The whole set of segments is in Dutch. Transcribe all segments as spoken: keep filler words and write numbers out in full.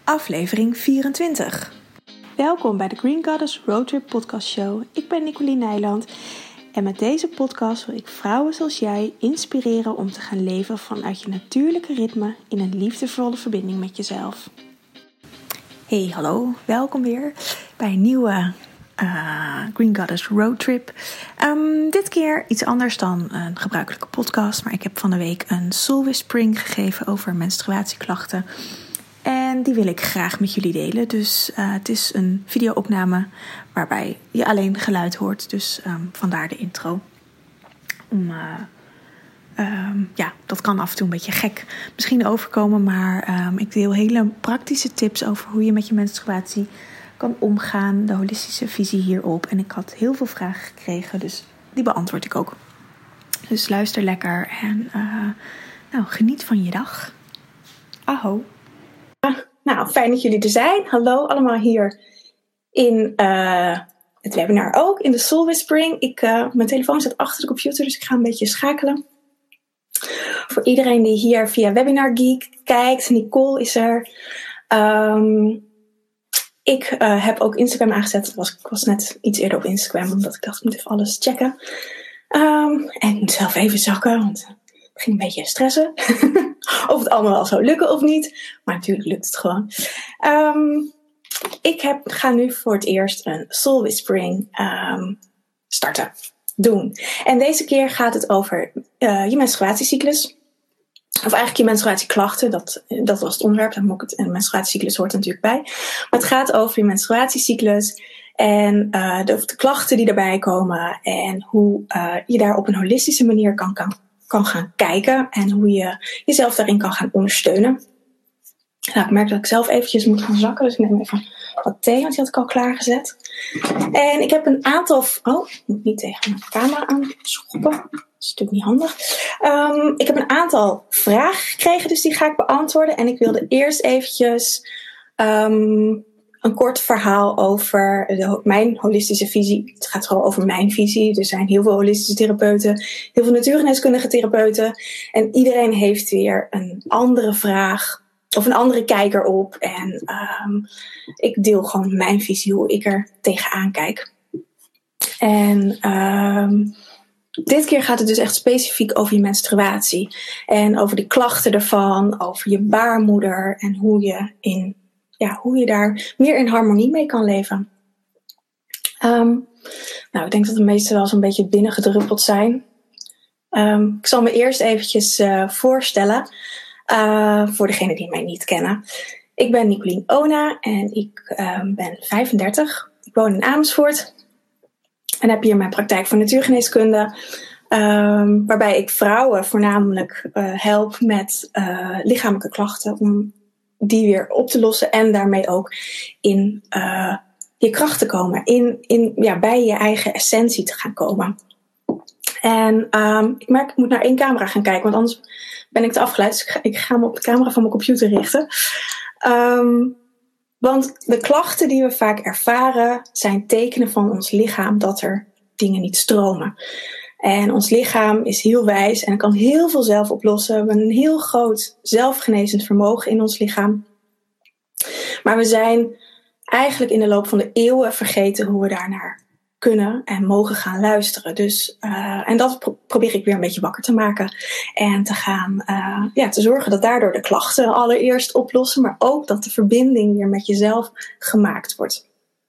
aflevering vierentwintig. Welkom bij de Green Goddess Roadtrip podcast show. Ik ben Nicolien Nijland en met deze podcast wil ik vrouwen zoals jij inspireren om te gaan leven vanuit je natuurlijke ritme in een liefdevolle verbinding met jezelf. Hey, hallo, welkom weer bij een nieuwe uh, Green Goddess Roadtrip. Um, dit keer iets anders dan een gebruikelijke podcast, maar ik heb van de week een soul whispering gegeven over menstruatieklachten. En die wil ik graag met jullie delen. Dus uh, het is een video-opname waarbij je alleen geluid hoort. Dus um, vandaar de intro. Om, uh, um, ja, dat kan af en toe een beetje gek misschien overkomen. Maar um, ik deel hele praktische tips over hoe je met je menstruatie kan omgaan. De holistische visie hierop. En ik had heel veel vragen gekregen. Dus die beantwoord ik ook. Dus luister lekker. En uh, nou, geniet van je dag. Aho. Nou, fijn dat jullie er zijn. Hallo allemaal hier in uh, het webinar ook, in de Soul Whispering. Ik, uh, mijn telefoon staat achter de computer, dus ik ga een beetje schakelen. Voor iedereen die hier via Webinar Geek kijkt, Nicole is er. Um, ik uh, heb ook Instagram aangezet. Was, ik was net iets eerder op Instagram, omdat ik dacht, ik moet even alles checken. Um, en ik moet zelf even zakken, want het ging een beetje stressen. Of het allemaal wel zou lukken of niet. Maar natuurlijk lukt het gewoon. Um, ik heb, ga nu voor het eerst een soul whispering um, starten. Doen. En deze keer gaat het over uh, je menstruatiecyclus. Of eigenlijk je menstruatieklachten. Dat, dat was het onderwerp. Daar moet ik het, en menstruatiecyclus hoort er natuurlijk bij. Maar het gaat over je menstruatiecyclus. En uh, de, de klachten die daarbij komen. En hoe uh, je daar op een holistische manier kan, kan kan gaan kijken en hoe je jezelf daarin kan gaan ondersteunen. Nou, ik merk dat ik zelf eventjes moet gaan zakken, dus ik neem even wat thee, want die had ik al klaargezet. En ik heb een aantal... Oh, ik moet niet tegen mijn camera aan schoppen. Dat is natuurlijk niet handig. Um, ik heb een aantal vragen gekregen, dus die ga ik beantwoorden. En ik wilde eerst eventjes um, een kort verhaal over de, mijn holistische visie. Het gaat gewoon over mijn visie. Er zijn heel veel holistische therapeuten, heel veel natuurgeneeskundige therapeuten. En iedereen heeft weer een andere vraag of een andere kijker op. En um, ik deel gewoon mijn visie, hoe ik er tegenaan kijk. En um, dit keer gaat het dus echt specifiek over je menstruatie. En over de klachten ervan, over je baarmoeder en hoe je in... Ja, hoe je daar meer in harmonie mee kan leven. Um, nou, ik denk dat de meesten wel zo'n beetje binnengedruppeld zijn. Um, ik zal me eerst eventjes uh, voorstellen. Uh, voor degenen die mij niet kennen. Ik ben Nicolien Ona en ik uh, ben vijfendertig. Ik woon in Amersfoort. En heb hier mijn praktijk voor natuurgeneeskunde. Um, waarbij ik vrouwen voornamelijk uh, help met uh, lichamelijke klachten. Om die weer op te lossen en daarmee ook in uh, je kracht te komen. In, in, ja, bij je eigen essentie te gaan komen. En um, ik merk, ik moet naar één camera gaan kijken, want anders ben ik te afgeleid. Dus ik ga, ik ga me op de camera van mijn computer richten. Um, want de klachten die we vaak ervaren zijn tekenen van ons lichaam dat er dingen niet stromen. En ons lichaam is heel wijs en kan heel veel zelf oplossen. We hebben een heel groot zelfgenezend vermogen in ons lichaam. Maar we zijn eigenlijk in de loop van de eeuwen vergeten hoe we daarnaar kunnen en mogen gaan luisteren. Dus, uh, en dat pro- probeer ik weer een beetje wakker te maken. En te gaan, uh, ja, te zorgen dat daardoor de klachten allereerst oplossen. Maar ook dat de verbinding weer met jezelf gemaakt wordt.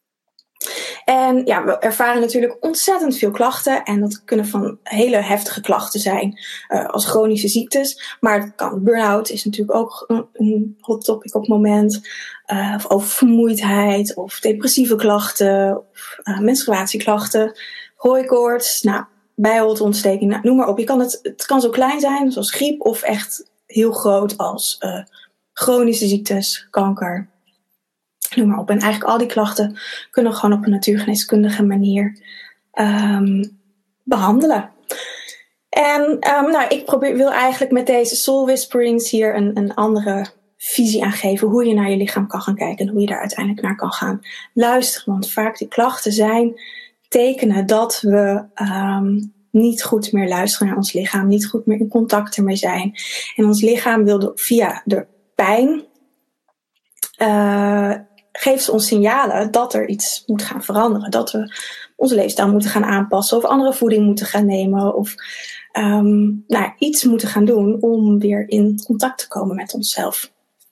En ja, we ervaren natuurlijk ontzettend veel klachten. En dat kunnen van hele heftige klachten zijn. Uh, als chronische ziektes. Maar het kan burn-out is natuurlijk ook een, een hot topic op het moment. Uh, of over vermoeidheid. Of depressieve klachten. Of uh, menstruatieklachten. Hooikoorts. Nou, bijholteontsteking. Nou, noem maar op. Je kan het, het kan zo klein zijn. Zoals griep. Of echt heel groot als uh, chronische ziektes. Kanker. Noem maar op. En eigenlijk al die klachten kunnen we gewoon op een natuurgeneeskundige manier um, behandelen. En um, nou, ik probeer, wil eigenlijk met deze Soul Whisperings hier een, een andere visie aan geven. Hoe je naar je lichaam kan gaan kijken. En hoe je daar uiteindelijk naar kan gaan luisteren. Want vaak die klachten zijn tekenen dat we um, niet goed meer luisteren naar ons lichaam. Niet goed meer in contact ermee zijn. En ons lichaam wil via de pijn uh, geeft ze ons signalen dat er iets moet gaan veranderen. Dat we onze leefstijl moeten gaan aanpassen of andere voeding moeten gaan nemen. Of um, nou, iets moeten gaan doen om weer in contact te komen met onszelf.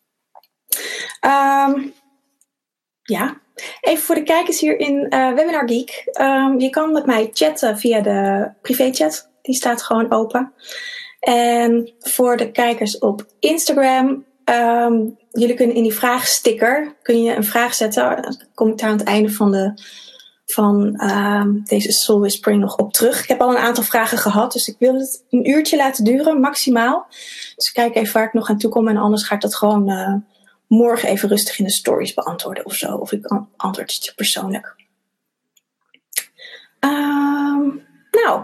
Um, ja, even voor de kijkers hier in uh, Webinar Geek. Um, je kan met mij chatten via de privéchat. Die staat gewoon open. En voor de kijkers op Instagram. Um, jullie kunnen in die vraagsticker kun je een vraag zetten. Dan kom ik daar aan het einde van, de, van um, deze Soul Whispering nog op terug. Ik heb al een aantal vragen gehad. Dus ik wil het een uurtje laten duren, maximaal. Dus ik kijk even waar ik nog aan toe kom. En anders ga ik dat gewoon uh, morgen even rustig in de stories beantwoorden of zo. Of ik antwoord het je persoonlijk. Um, nou,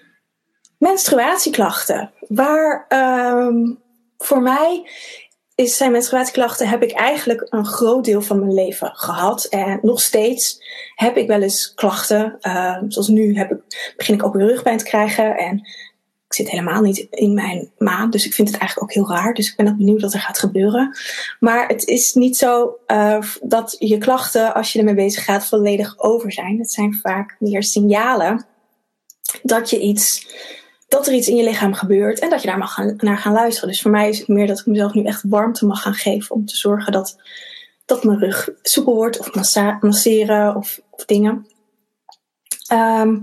menstruatieklachten. Waar um, voor mij is zijn menstruatieklachten heb ik eigenlijk een groot deel van mijn leven gehad. En nog steeds heb ik wel eens klachten. Uh, zoals nu heb ik, begin ik ook weer rugpijn te krijgen. En ik zit helemaal niet in mijn maand. Dus ik vind het eigenlijk ook heel raar. Dus ik ben ook benieuwd wat er gaat gebeuren. Maar het is niet zo uh, dat je klachten, als je ermee bezig gaat, volledig over zijn. Het zijn vaak meer signalen dat je iets... dat er iets in je lichaam gebeurt en dat je daar mag gaan, naar gaan luisteren. Dus voor mij is het meer dat ik mezelf nu echt warmte mag gaan geven om te zorgen dat, dat mijn rug soepel wordt of massa- masseren of, of dingen. Um,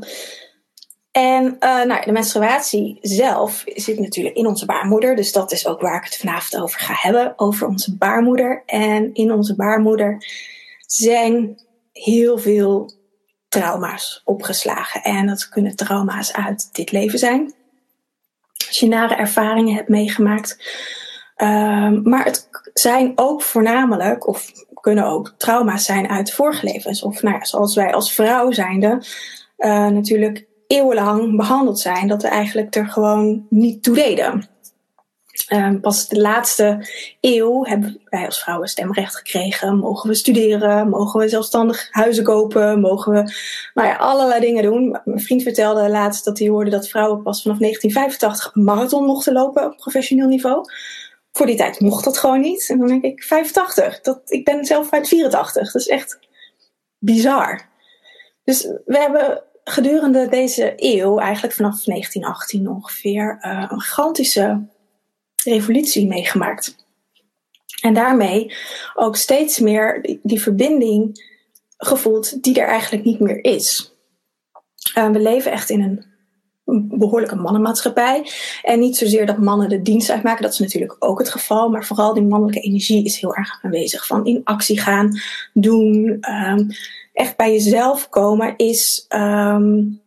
en uh, nou, de menstruatie zelf zit natuurlijk in onze baarmoeder. Dus dat is ook waar ik het vanavond over ga hebben. Over onze baarmoeder. En in onze baarmoeder zijn heel veel trauma's opgeslagen. En dat kunnen trauma's uit dit leven zijn. Als je nare ervaringen hebt meegemaakt. Um, maar het zijn ook voornamelijk, of kunnen ook trauma's zijn uit vorige levens. Of nou ja, zoals wij als vrouw zijnde uh, natuurlijk eeuwenlang behandeld zijn. Dat we eigenlijk er gewoon niet toe deden. Um, pas de laatste eeuw hebben wij als vrouwen stemrecht gekregen. Mogen we studeren, mogen we zelfstandig huizen kopen, mogen we nou ja, allerlei dingen doen. Mijn vriend vertelde laatst dat hij hoorde dat vrouwen pas vanaf negentien vijfentachtig een marathon mochten lopen op professioneel niveau. Voor die tijd mocht dat gewoon niet. En dan denk ik, vijfentachtig, dat, ik ben zelf uit vierentachtig. Dat is echt bizar. Dus we hebben gedurende deze eeuw, eigenlijk vanaf negentien achttien ongeveer, uh, een gigantische revolutie meegemaakt. En daarmee ook steeds meer die, die verbinding gevoeld die er eigenlijk niet meer is. Uh, we leven echt in een behoorlijke mannenmaatschappij. En niet zozeer dat mannen de dienst uitmaken, dat is natuurlijk ook het geval. Maar vooral die mannelijke energie is heel erg aanwezig. Van in actie gaan, doen, um, echt bij jezelf komen is... Um,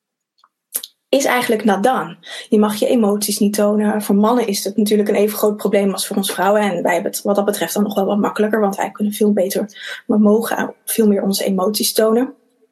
is eigenlijk nadan. Je mag je emoties niet tonen. Voor mannen is het natuurlijk een even groot probleem als voor ons vrouwen. En wij hebben het wat dat betreft dan nog wel wat makkelijker. Want wij kunnen veel beter, we mogen veel meer onze emoties tonen.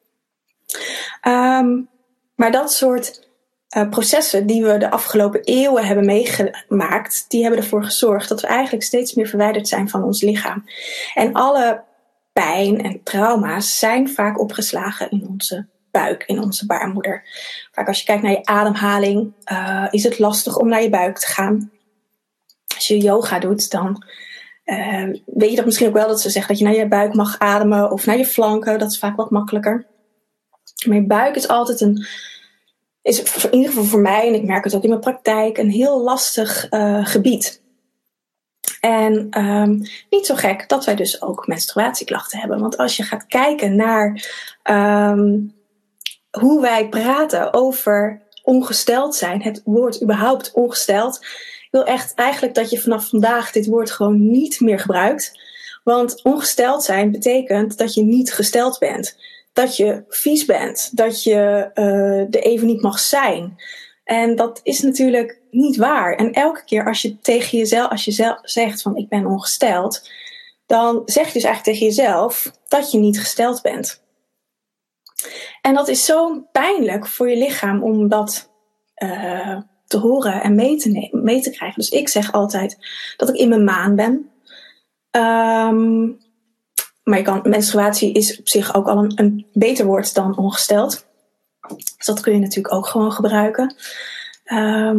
Um, maar dat soort uh, processen die we de afgelopen eeuwen hebben meegemaakt, die hebben ervoor gezorgd dat we eigenlijk steeds meer verwijderd zijn van ons lichaam. En alle pijn en trauma's zijn vaak opgeslagen in onze buik, in onze baarmoeder. Vaak als je kijkt naar je ademhaling, uh, is het lastig om naar je buik te gaan. Als je yoga doet, dan uh, weet je dat misschien ook wel, dat ze zeggen dat je naar je buik mag ademen of naar je flanken. Dat is vaak wat makkelijker. Maar je buik is altijd een, is in ieder geval voor mij, en ik merk het ook in mijn praktijk, een heel lastig uh, gebied. En um, niet zo gek dat wij dus ook menstruatieklachten hebben. Want als je gaat kijken naar um, hoe wij praten over ongesteld zijn, het woord überhaupt ongesteld. Ik wil echt eigenlijk dat je vanaf vandaag dit woord gewoon niet meer gebruikt. Want ongesteld zijn betekent dat je niet gesteld bent. Dat je vies bent. Dat je uh, er even niet mag zijn. En dat is natuurlijk niet waar. En elke keer als je tegen jezelf, als je zelf zegt van ik ben ongesteld, dan zeg je dus eigenlijk tegen jezelf dat je niet gesteld bent. En dat is zo pijnlijk voor je lichaam om dat uh, te horen en mee te, nemen, mee te krijgen. Dus ik zeg altijd dat ik in mijn maan ben. Um, maar je kan, menstruatie is op zich ook al een, een beter woord dan ongesteld. Dus dat kun je natuurlijk ook gewoon gebruiken. Um,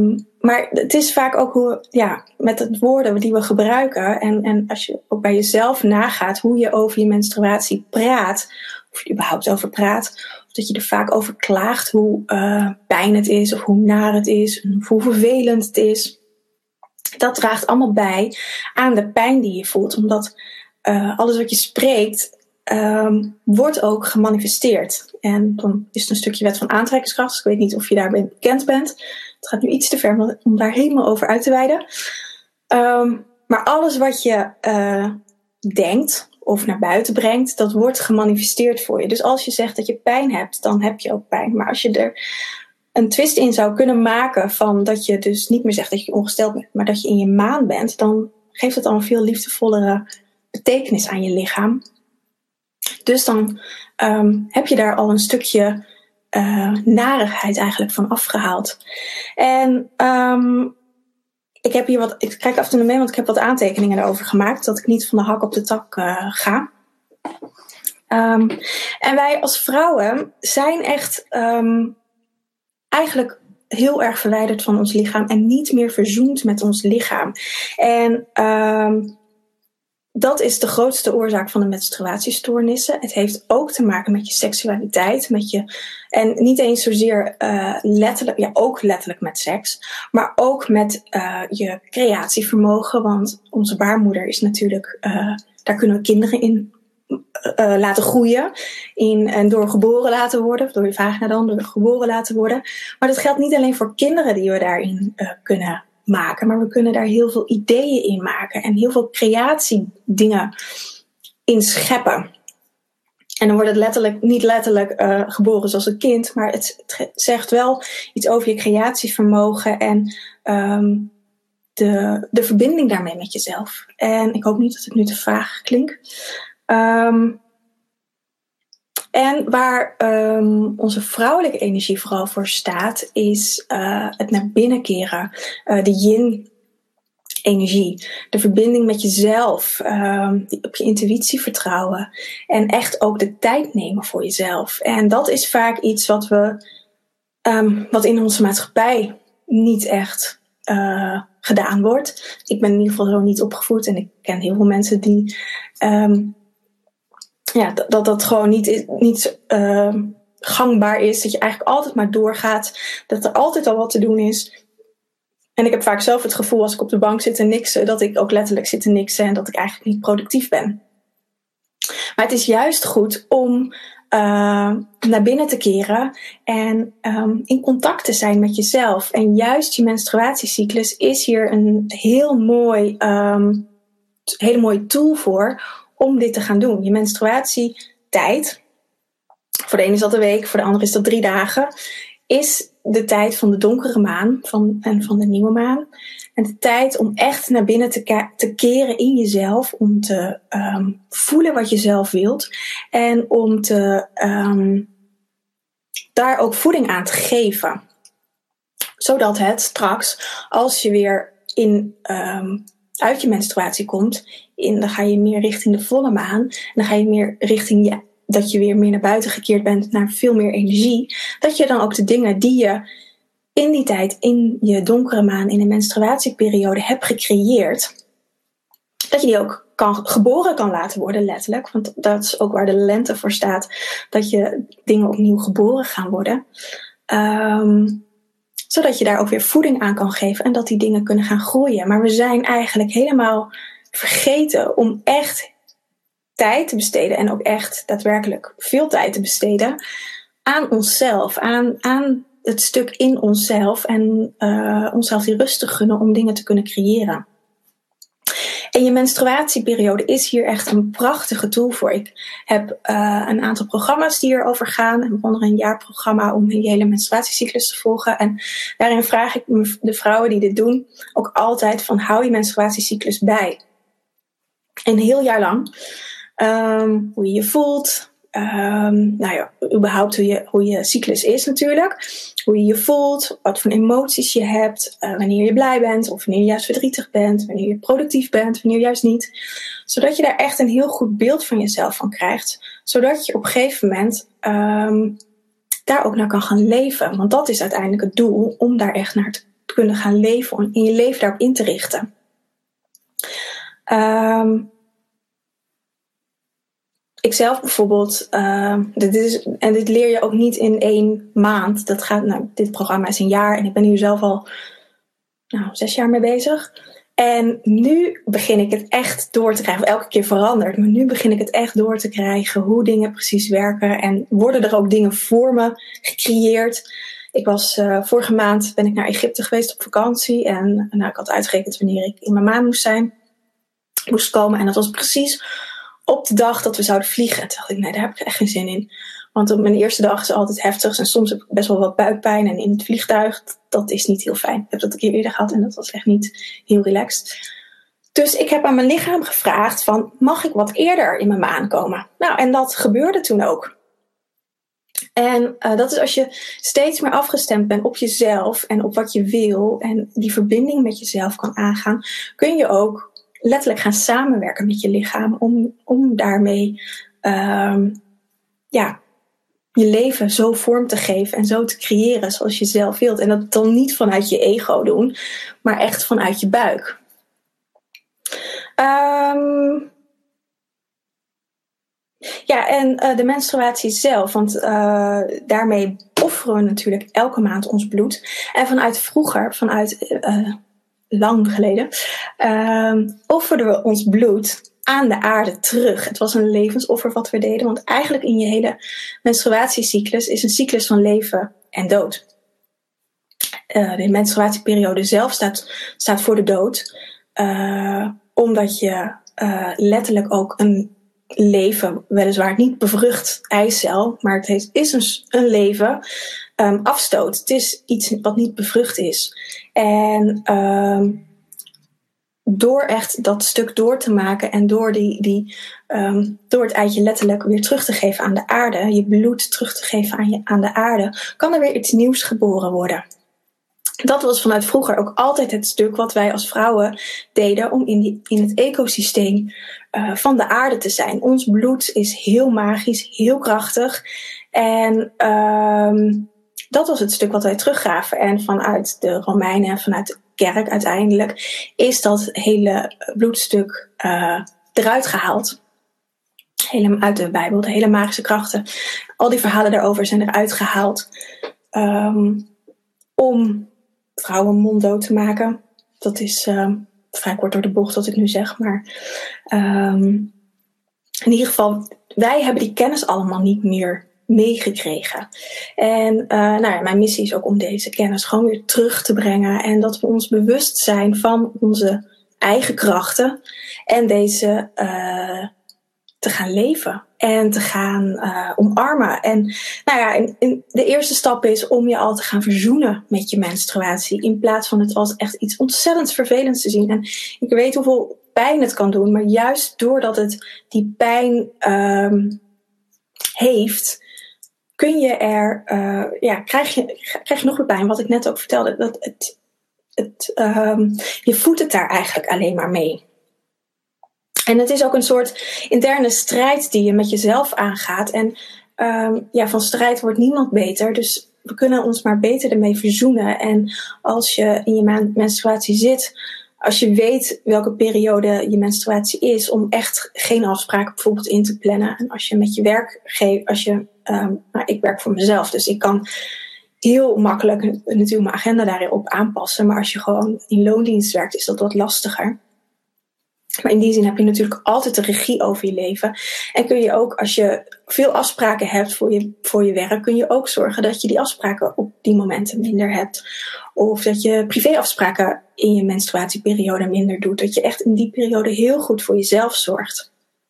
maar het is vaak ook hoe, ja, met het woorden die we gebruiken. En, en als je ook bij jezelf nagaat hoe je over je menstruatie praat. Of je überhaupt over praat. Of dat je er vaak over klaagt hoe uh, pijn het is. Of hoe naar het is. Of hoe vervelend het is. Dat draagt allemaal bij aan de pijn die je voelt. Omdat uh, alles wat je spreekt um, wordt ook gemanifesteerd. En dan is het een stukje wet van aantrekkingskracht. Dus ik weet niet of je daarbij bekend bent. Het gaat nu iets te ver om daar helemaal over uit te wijden. Um, maar alles wat je uh, denkt of naar buiten brengt, dat wordt gemanifesteerd voor je. Dus als je zegt dat je pijn hebt, dan heb je ook pijn. Maar als je er een twist in zou kunnen maken van dat je dus niet meer zegt dat je ongesteld bent, maar dat je in je maan bent, dan geeft het al een veel liefdevollere betekenis aan je lichaam. Dus dan um, heb je daar al een stukje uh, narigheid eigenlijk van afgehaald. En um, ik heb hier wat, ik kijk af en toe mee, want ik heb wat aantekeningen erover gemaakt, dat ik niet van de hak op de tak uh, ga. Um, en wij als vrouwen zijn echt um, eigenlijk heel erg verwijderd van ons lichaam en niet meer verzoend met ons lichaam. En um, dat is de grootste oorzaak van de menstruatiestoornissen. Het heeft ook te maken met je seksualiteit, met je, en niet eens zozeer uh, letterlijk, ja ook letterlijk met seks, maar ook met uh, je creatievermogen, want onze baarmoeder is natuurlijk, uh, daar kunnen we kinderen in uh, laten groeien, in, en door geboren laten worden, of door je vagina dan, door geboren laten worden. Maar dat geldt niet alleen voor kinderen die we daarin uh, kunnen maken, maar we kunnen daar heel veel ideeën in maken en heel veel creatiedingen in scheppen. En dan wordt het letterlijk, niet letterlijk uh, geboren zoals een kind, maar het, het zegt wel iets over je creatievermogen en um, de, de verbinding daarmee met jezelf. En ik hoop niet dat het nu te vaag klinkt. Um, En waar um, onze vrouwelijke energie vooral voor staat, is uh, het naar binnen keren. Uh, de yin-energie. De verbinding met jezelf. Um, op je intuïtie vertrouwen. En echt ook de tijd nemen voor jezelf. En dat is vaak iets wat we, um, wat in onze maatschappij niet echt uh, gedaan wordt. Ik ben in ieder geval zo niet opgevoed. En ik ken heel veel mensen die Um, Ja, dat, dat dat gewoon niet, niet uh, gangbaar is. Dat je eigenlijk altijd maar doorgaat. Dat er altijd al wat te doen is. En ik heb vaak zelf het gevoel als ik op de bank zit te niksen, dat ik ook letterlijk zit te niksen en dat ik eigenlijk niet productief ben. Maar het is juist goed om uh, naar binnen te keren en um, in contact te zijn met jezelf. En juist je menstruatiecyclus is hier een heel mooi, um, hele mooie tool voor om dit te gaan doen. Je menstruatietijd, voor de ene is dat een week, voor de andere is dat drie dagen, is de tijd van de donkere maan van, en van de nieuwe maan. En de tijd om echt naar binnen te, ke- te keren in jezelf, om te um, voelen wat je zelf wilt en om te, um, daar ook voeding aan te geven. Zodat het straks, als je weer in, um, uit je menstruatie komt, in, dan ga je meer richting de volle maan. En dan ga je meer richting je, dat je weer meer naar buiten gekeerd bent, naar veel meer energie. Dat je dan ook de dingen die je in die tijd, in je donkere maan, in de menstruatieperiode hebt gecreëerd, dat je die ook kan, geboren kan laten worden, letterlijk. Want dat is ook waar de lente voor staat. Dat je dingen opnieuw geboren gaan worden. Um, zodat je daar ook weer voeding aan kan geven en dat die dingen kunnen gaan groeien. Maar we zijn eigenlijk helemaal vergeten om echt tijd te besteden en ook echt daadwerkelijk veel tijd te besteden aan onszelf, aan, aan het stuk in onszelf en uh, onszelf die rust te gunnen om dingen te kunnen creëren. En je menstruatieperiode is hier echt een prachtige tool voor. Ik heb uh, een aantal programma's die hierover gaan. Onder een jaarprogramma om je hele menstruatiecyclus te volgen. En daarin vraag ik de vrouwen die dit doen ook altijd van hou je menstruatiecyclus bij. Een heel jaar lang. Um, hoe je je voelt. Um, nou ja, überhaupt hoe je, hoe je cyclus is natuurlijk. Hoe je je voelt, wat voor emoties je hebt, uh, wanneer je blij bent of wanneer je juist verdrietig bent, wanneer je productief bent, wanneer juist niet. Zodat je daar echt een heel goed beeld van jezelf van krijgt. Zodat je op een gegeven moment um, daar ook naar kan gaan leven. Want dat is uiteindelijk het doel, om daar echt naar te kunnen gaan leven, om in je leven daarop in te richten. Um, ik zelf bijvoorbeeld, uh, dit is, en dit leer je ook niet in één maand. Dat gaat, nou, dit programma is een jaar en ik ben hier zelf al nou, zes jaar mee bezig. En nu begin ik het echt door te krijgen. Elke keer verandert. Maar nu begin ik het echt door te krijgen. Hoe dingen precies werken. En worden er ook dingen voor me gecreëerd. Ik was uh, vorige maand ben ik naar Egypte geweest op vakantie. En nou, ik had uitgerekend wanneer ik in mijn maan moest zijn. Moest komen. En dat was precies op de dag dat we zouden vliegen. En toen dacht ik, nee, daar heb ik echt geen zin in. Want op mijn eerste dag is altijd heftig. En soms heb ik best wel wat buikpijn. En in het vliegtuig, dat is niet heel fijn. Ik heb dat een keer eerder gehad en dat was echt niet heel relaxed. Dus ik heb aan mijn lichaam gevraagd van, mag ik wat eerder in mijn maan komen? Nou, en dat gebeurde toen ook. En uh, dat is als je steeds meer afgestemd bent op jezelf en op wat je wil. En die verbinding met jezelf kan aangaan. Kun je ook letterlijk gaan samenwerken met je lichaam. Om, om daarmee um, ja, je leven zo vorm te geven en zo te creëren zoals je zelf wilt. En dat dan niet vanuit je ego doen, maar echt vanuit je buik. Um, ja, en uh, de menstruatie zelf, want uh, daarmee offeren we natuurlijk elke maand ons bloed. En vanuit vroeger, vanuit uh, lang geleden, uh, offerden we ons bloed aan de aarde terug. Het was een levensoffer wat we deden, want eigenlijk in je hele menstruatiecyclus is een cyclus van leven en dood. Uh, de menstruatieperiode zelf staat, staat voor de dood, uh, omdat je uh, letterlijk ook een leven, weliswaar niet bevrucht eicel, maar het heeft, is een, een leven, um, afstoot. Het is iets wat niet bevrucht is. En um, door echt dat stuk door te maken en door, die, die, um, door het eitje letterlijk weer terug te geven aan de aarde, je bloed terug te geven aan, je, aan de aarde, kan er weer iets nieuws geboren worden. Dat was vanuit vroeger ook altijd het stuk wat wij als vrouwen deden om in, die, in het ecosysteem uh, van de aarde te zijn. Ons bloed is heel magisch, heel krachtig. En um, dat was het stuk wat wij teruggaven. En vanuit de Romeinen en vanuit de kerk uiteindelijk is dat hele bloedstuk uh, eruit gehaald. Helemaal uit de Bijbel, de hele magische krachten. Al die verhalen daarover zijn eruit gehaald. Um, om vrouwen monddood te maken. Dat is uh, vrij kort door de bocht wat ik nu zeg. Maar um, in ieder geval, wij hebben die kennis allemaal niet meer meegekregen. En uh, nou ja, mijn missie is ook om deze kennis gewoon weer terug te brengen. En dat we ons bewust zijn van onze eigen krachten. En deze uh, te gaan leven. En te gaan uh, omarmen. En nou ja, in, in de eerste stap is om je al te gaan verzoenen met je menstruatie. In plaats van het als echt iets ontzettend vervelends te zien. En ik weet hoeveel pijn het kan doen. Maar juist doordat het die pijn um, heeft, kun je er, uh, ja, krijg je, krijg je nog meer pijn. Wat ik net ook vertelde. Dat het, het, um, je voedt het daar eigenlijk alleen maar mee. En het is ook een soort interne strijd die je met jezelf aangaat. En um, ja, van strijd wordt niemand beter. Dus we kunnen ons maar beter ermee verzoenen. En als je in je menstruatie zit, als je weet welke periode je menstruatie is, om echt geen afspraken bijvoorbeeld in te plannen. En als je met je werk geeft, als je, um, nou, ik werk voor mezelf, dus ik kan heel makkelijk natuurlijk mijn agenda daarop aanpassen. Maar als je gewoon in loondienst werkt, is dat wat lastiger. Maar in die zin heb je natuurlijk altijd de regie over je leven. En kun je ook, als je veel afspraken hebt voor je, voor je werk, kun je ook zorgen dat je die afspraken op die momenten minder hebt. Of dat je privéafspraken in je menstruatieperiode minder doet. Dat je echt in die periode heel goed voor jezelf zorgt.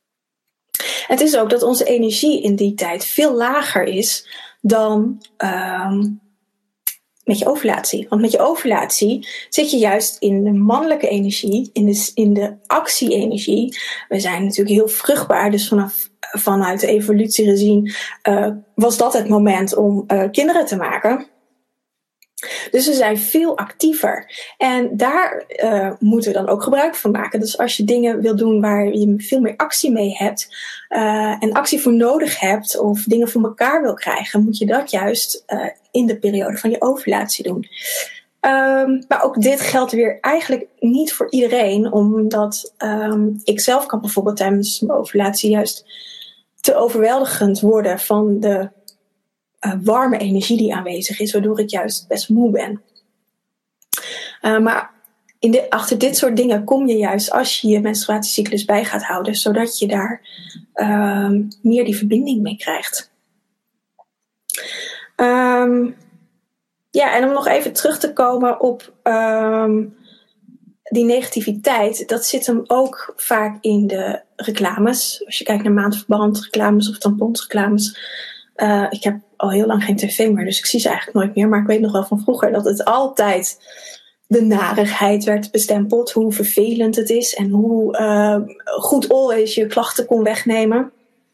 Het is ook dat onze energie in die tijd veel lager is dan Um, met je ovulatie. Want met je ovulatie zit je juist in de mannelijke energie, in de, in de actie-energie. We zijn natuurlijk heel vruchtbaar, dus vanaf, vanuit de evolutie gezien uh, was dat het moment om uh, kinderen te maken. Dus we zijn veel actiever. En daar uh, moeten we dan ook gebruik van maken. Dus als je dingen wil doen waar je veel meer actie mee hebt, uh, en actie voor nodig hebt, of dingen voor elkaar wil krijgen, moet je dat juist uh, in de periode van je ovulatie doen. Um, maar ook dit geldt weer eigenlijk niet voor iedereen. Omdat um, ik zelf kan bijvoorbeeld tijdens mijn ovulatie juist te overweldigend worden van de uh, warme energie die aanwezig is. Waardoor ik juist best moe ben. Uh, maar in de, achter dit soort dingen kom je juist als je je menstruatiecyclus bij gaat houden. Zodat je daar um, meer die verbinding mee krijgt. Um, ja, en om nog even terug te komen op um, die negativiteit. Dat zit hem ook vaak in de reclames. Als je kijkt naar maandverband reclames of tamponsreclames. Uh, ik heb al heel lang geen tv meer, dus ik zie ze eigenlijk nooit meer. Maar ik weet nog wel van vroeger dat het altijd de narigheid werd bestempeld. Hoe vervelend het is en hoe uh, goed always je klachten kon wegnemen.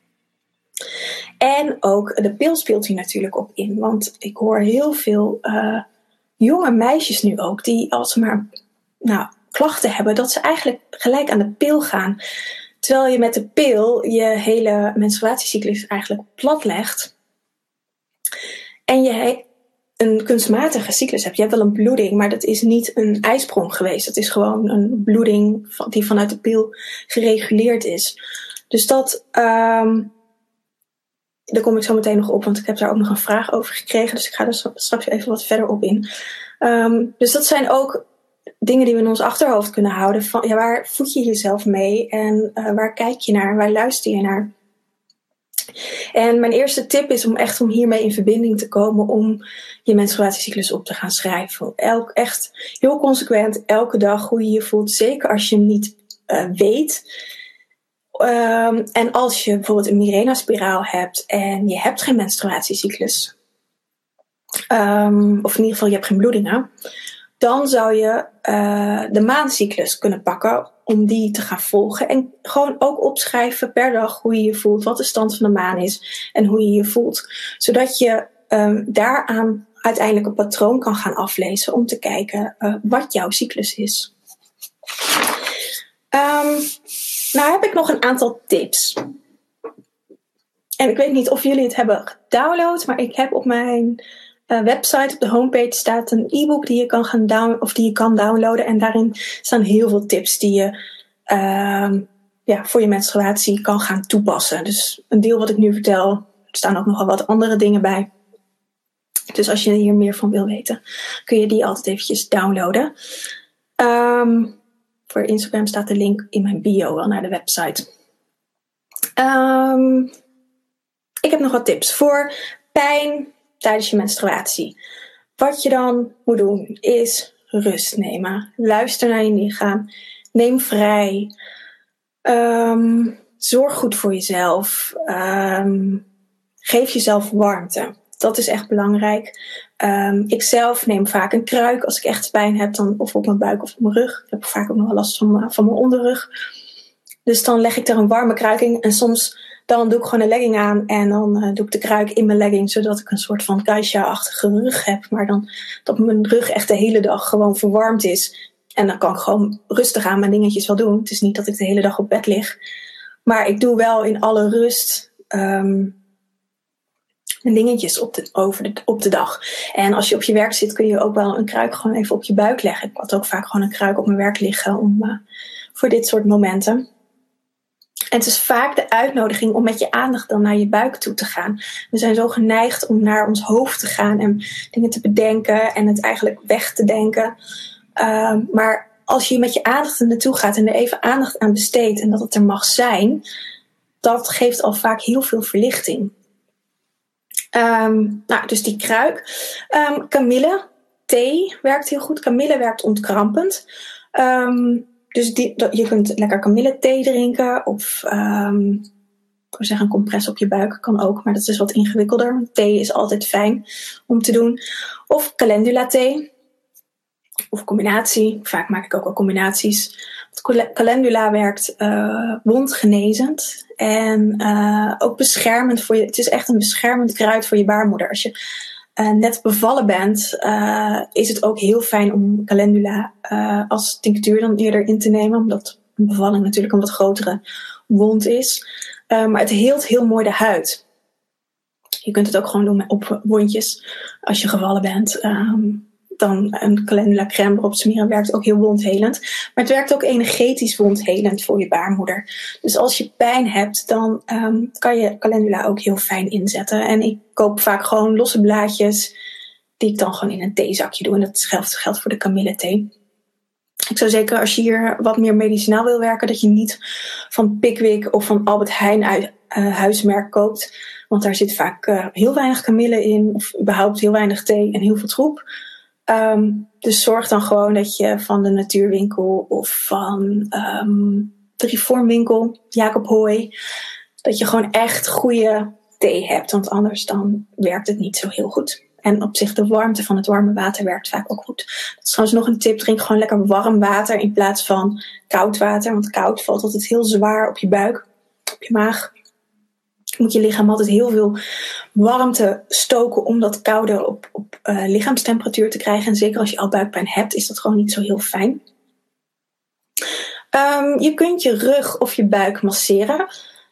En ook de pil speelt hier natuurlijk op in. Want ik hoor heel veel uh, jonge meisjes nu ook. Die als ze maar nou, klachten hebben. Dat ze eigenlijk gelijk aan de pil gaan. Terwijl je met de pil je hele menstruatiecyclus eigenlijk platlegt. En je een kunstmatige cyclus hebt. Je hebt wel een bloeding. Maar dat is niet een ijsprong geweest. Dat is gewoon een bloeding die vanuit de pil gereguleerd is. Dus dat... Um, Daar kom ik zo meteen nog op, want ik heb daar ook nog een vraag over gekregen. Dus ik ga er straks even wat verder op in. Um, dus dat zijn ook dingen die we in ons achterhoofd kunnen houden. Van, ja, waar voed je jezelf mee? En uh, waar kijk je naar? Waar luister je naar? En mijn eerste tip is om echt om hiermee in verbinding te komen. Om je menstruatiecyclus op te gaan schrijven. Elk, echt heel consequent, elke dag hoe je je voelt. Zeker als je hem niet uh, weet... Um, en als je bijvoorbeeld een Mirena-spiraal hebt en je hebt geen menstruatiecyclus, um, of in ieder geval je hebt geen bloedingen, dan zou je uh, de maandcyclus kunnen pakken om die te gaan volgen. En gewoon ook opschrijven per dag hoe je je voelt, wat de stand van de maan is en hoe je je voelt. Zodat je um, daaraan uiteindelijk een patroon kan gaan aflezen om te kijken uh, wat jouw cyclus is. Um, Nou heb ik nog een aantal tips. En ik weet niet of jullie het hebben gedownload, maar ik heb op mijn uh, website, op de homepage, staat een e-book die je kan gaan down, of die je kan downloaden. En daarin staan heel veel tips die je uh, ja, voor je menstruatie kan gaan toepassen. Dus een deel wat ik nu vertel, er staan ook nogal wat andere dingen bij. Dus als je hier meer van wil weten, kun je die altijd eventjes downloaden. Um, Voor Instagram staat de link in mijn bio wel naar de website. Um, ik heb nog wat tips voor pijn tijdens je menstruatie. Wat je dan moet doen is rust nemen. Luister naar je lichaam. Neem vrij. Um, zorg goed voor jezelf. Um, geef jezelf warmte. Dat is echt belangrijk. Um, ik zelf neem vaak een kruik als ik echt pijn heb. Dan, of op mijn buik of op mijn rug. Ik heb vaak ook nog wel last van, van mijn onderrug. Dus dan leg ik er een warme kruik in. En soms dan doe ik gewoon een legging aan. En dan uh, doe ik de kruik in mijn legging. Zodat ik een soort van geisha-achtige rug heb. Maar dan dat mijn rug echt de hele dag gewoon verwarmd is. En dan kan ik gewoon rustig aan mijn dingetjes wel doen. Het is niet dat ik de hele dag op bed lig. Maar ik doe wel in alle rust... Um, En dingetjes op de, over de, op de dag. En als je op je werk zit, kun je ook wel een kruik gewoon even op je buik leggen. Ik had ook vaak gewoon een kruik op mijn werk liggen om, uh, voor dit soort momenten. En het is vaak de uitnodiging om met je aandacht dan naar je buik toe te gaan. We zijn zo geneigd om naar ons hoofd te gaan en dingen te bedenken en het eigenlijk weg te denken. Uh, maar als je met je aandacht er naartoe gaat en er even aandacht aan besteedt en dat het er mag zijn, dat geeft al vaak heel veel verlichting. Um, nou, dus die kruik. Um, kamille, thee werkt heel goed. Kamille werkt ontkrampend. Um, dus die, dat, je kunt lekker kamille thee drinken. Of um, ik wil zeggen een compress op je buik kan ook. Maar dat is wat ingewikkelder. Thee is altijd fijn om te doen. Of calendula thee. Of combinatie. Vaak maak ik ook wel combinaties. Calendula werkt uh, wondgenezend. En uh, ook beschermend voor je. Het is echt een beschermend kruid voor je baarmoeder. Als je uh, net bevallen bent, uh, is het ook heel fijn om calendula uh, als tinctuur dan eerder in te nemen. Omdat een bevalling natuurlijk een wat grotere wond is. Uh, maar het heelt heel mooi de huid. Je kunt het ook gewoon doen op wondjes als je gevallen bent. Um, dan een calendula crème erop smeren werkt ook heel wondhelend. Maar het werkt ook energetisch wondhelend voor je baarmoeder. Dus als je pijn hebt, dan um, kan je calendula ook heel fijn inzetten. En ik koop vaak gewoon losse blaadjes die ik dan gewoon in een theezakje doe. En dat geldt, geldt voor de kamillethee. Ik zou zeker, als je hier wat meer medicinaal wil werken, dat je niet van Pickwick of van Albert Heijn uit, uh, huismerk koopt. Want daar zit vaak uh, heel weinig kamille in, of überhaupt heel weinig thee en heel veel troep. Um, dus zorg dan gewoon dat je van de Natuurwinkel of van um, de Reformwinkel, Jacob Hooy, dat je gewoon echt goede thee hebt. Want anders dan werkt het niet zo heel goed. En op zich de warmte van het warme water werkt vaak ook goed. Dat is trouwens nog een tip. Drink gewoon lekker warm water in plaats van koud water. Want koud valt altijd heel zwaar op je buik, op je maag. Moet je lichaam altijd heel veel warmte stoken om dat koude op, op uh, lichaamstemperatuur te krijgen. En zeker als je al buikpijn hebt, is dat gewoon niet zo heel fijn. Um, je kunt je rug of je buik masseren.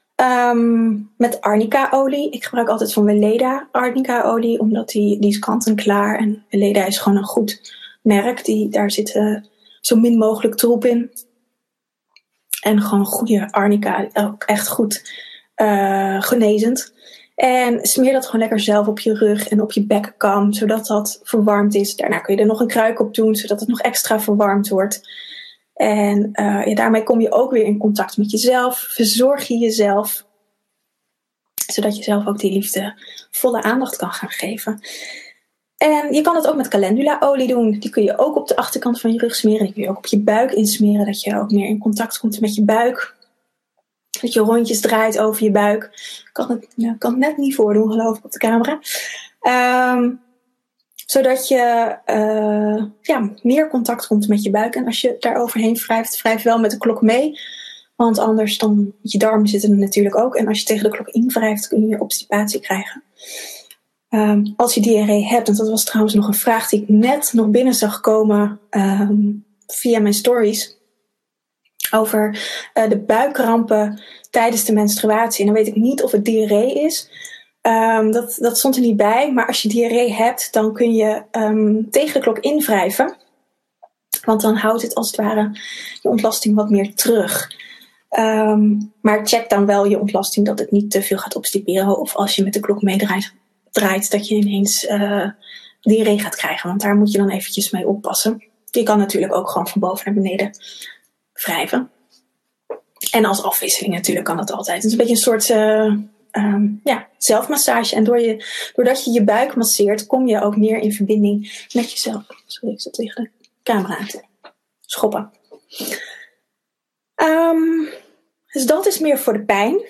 Um, met arnica-olie. Ik gebruik altijd van Weleda arnica-olie, omdat die, die is kant-en-klaar. En Weleda is gewoon een goed merk. Die, daar zit uh, zo min mogelijk troep in. En gewoon goede arnica, ook echt goed uh, genezend. En smeer dat gewoon lekker zelf op je rug en op je bekkenkam, zodat dat verwarmd is. Daarna kun je er nog een kruik op doen, zodat het nog extra verwarmd wordt. En uh, ja, daarmee kom je ook weer in contact met jezelf. Verzorg je jezelf. Zodat je zelf ook die liefdevolle aandacht kan gaan geven. En je kan het ook met calendula-olie doen. Die kun je ook op de achterkant van je rug smeren. Die kun je ook op je buik insmeren. Dat je ook meer in contact komt met je buik. Dat je rondjes draait over je buik. Ik kan het, nou, kan het net niet voordoen, geloof ik, op de camera. Um, Zodat je uh, ja, meer contact komt met je buik. En als je daar overheen wrijft, wrijf wel met de klok mee. Want anders dan, je darmen zitten er natuurlijk ook. En als je tegen de klok invrijft, kun je obstipatie krijgen. Um, als je diarree hebt, want dat was trouwens nog een vraag die ik net nog binnen zag komen um, via mijn stories. Over uh, de buikkrampen tijdens de menstruatie. En dan weet ik niet of het diarree is. Um, dat, dat stond er niet bij, maar als je diarree hebt, dan kun je um, tegen de klok invrijven. Want dan houdt het als het ware je ontlasting wat meer terug. Um, maar check dan wel je ontlasting dat het niet te veel gaat obstiperen. Of als je met de klok meedraait, draait, dat je ineens uh, diarree gaat krijgen. Want daar moet je dan eventjes mee oppassen. Je kan natuurlijk ook gewoon van boven naar beneden wrijven. En als afwisseling natuurlijk kan dat altijd. Het is een beetje een soort Uh, Um, ja, zelfmassage. En door je, doordat je je buik masseert, kom je ook meer in verbinding met jezelf. Sorry, ik zat tegen de camera aan te schoppen. Um, dus dat is meer voor de pijn.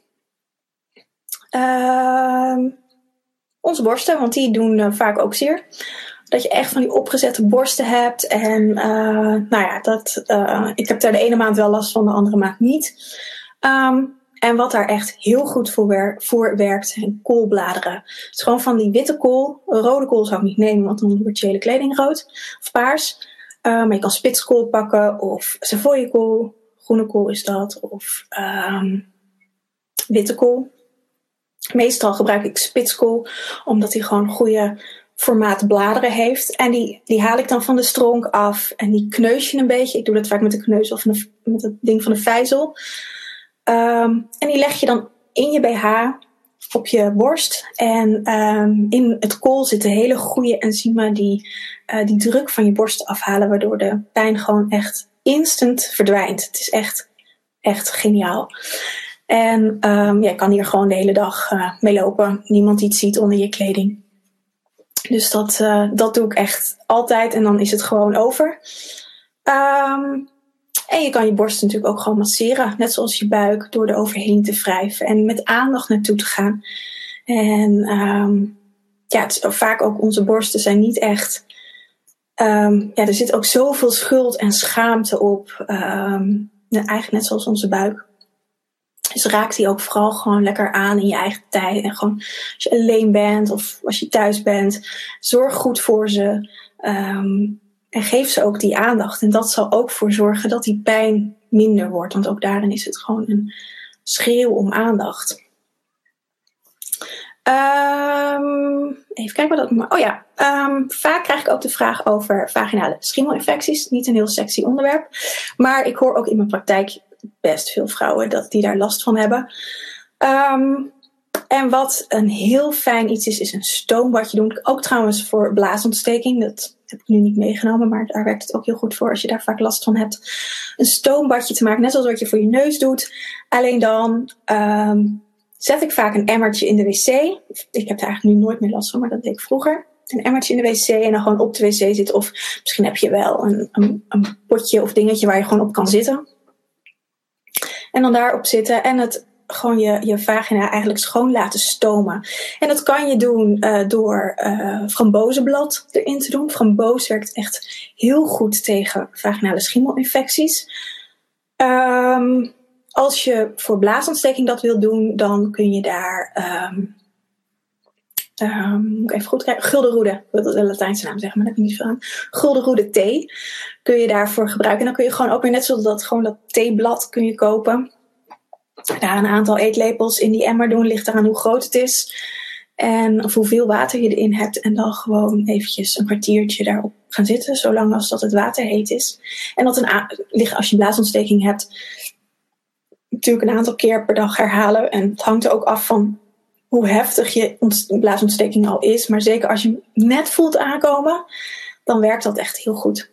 Um, onze borsten, want die doen uh, vaak ook zeer. Dat je echt van die opgezette borsten hebt. En uh, nou ja, dat, uh, ik heb daar de ene maand wel last van, de andere maand niet. Um, En wat daar echt heel goed voor, wer- voor werkt, zijn koolbladeren. Het is gewoon van die witte kool. Rode kool zou ik niet nemen, want dan wordt je hele kleding rood of paars. Uh, maar je kan spitskool pakken of savoyekool. Groene kool is dat. Of um, witte kool. Meestal gebruik ik spitskool, omdat die gewoon goede formaat bladeren heeft. En die, die haal ik dan van de stronk af. En die kneus je een beetje. Ik doe dat vaak met de kneus of met het ding van de vijzel. Um, en die leg je dan in je B H op je borst. En um, in het kool zitten hele goede enzymen die uh, die druk van je borst afhalen. Waardoor de pijn gewoon echt instant verdwijnt. Het is echt, echt geniaal. En um, ja, je kan hier gewoon de hele dag uh, mee lopen. Niemand die het ziet onder je kleding. Dus dat, uh, dat doe ik echt altijd. En dan is het gewoon over. Um, En je kan je borst natuurlijk ook gewoon masseren. Net zoals je buik, door er overheen te wrijven. En met aandacht naartoe te gaan. En um, ja, het is vaak ook onze borsten zijn niet echt Um, ja, er zit ook zoveel schuld en schaamte op. Um, eigenlijk net zoals onze buik. Dus raak die ook vooral gewoon lekker aan in je eigen tijd. En gewoon als je alleen bent of als je thuis bent. Zorg goed voor ze. Um, en geef ze ook die aandacht. En dat zal ook voor zorgen dat die pijn minder wordt. Want ook daarin is het gewoon een schreeuw om aandacht. Um, even kijken wat dat maar. Oh ja, um, vaak krijg ik ook de vraag over vaginale schimmelinfecties. Niet een heel sexy onderwerp. Maar ik hoor ook in mijn praktijk best veel vrouwen dat die daar last van hebben. Um, en wat een heel fijn iets is, is een stoombadje doen. Ook trouwens voor blaasontsteking. Dat heb ik nu niet meegenomen, maar daar werkt het ook heel goed voor als je daar vaak last van hebt. Een stoombadje te maken, net zoals wat je voor je neus doet. Alleen dan um, zet ik vaak een emmertje in de wc. Ik heb daar eigenlijk nu nooit meer last van, maar dat deed ik vroeger. Een emmertje in de wc en dan gewoon op de wc zitten. Of misschien heb je wel een, een, een potje of dingetje waar je gewoon op kan zitten. En dan daarop zitten en het gewoon je, je vagina eigenlijk schoon laten stomen. En dat kan je doen uh, door uh, frambozenblad erin te doen. Framboos werkt echt heel goed tegen vaginale schimmelinfecties. Um, als je voor blaasontsteking dat wil doen, dan kun je daar Um, Um, moet ik even goed kijken. Guldenroede, ik wil de Latijnse naam zeggen, maar dat heb ik niet veel aan. Guldenroede thee kun je daarvoor gebruiken. En dan kun je gewoon ook weer net zoals dat, gewoon dat theeblad kun je kopen. Daar een aantal eetlepels in die emmer doen. Ligt eraan hoe groot het is. En of hoeveel water je erin hebt. En dan gewoon eventjes een kwartiertje daarop gaan zitten. Zolang als dat het water heet is. En dat een a- als je blaasontsteking hebt. Natuurlijk een aantal keer per dag herhalen. En het hangt er ook af van hoe heftig je ont- blaasontsteking al is. Maar zeker als je hem net voelt aankomen, dan werkt dat echt heel goed.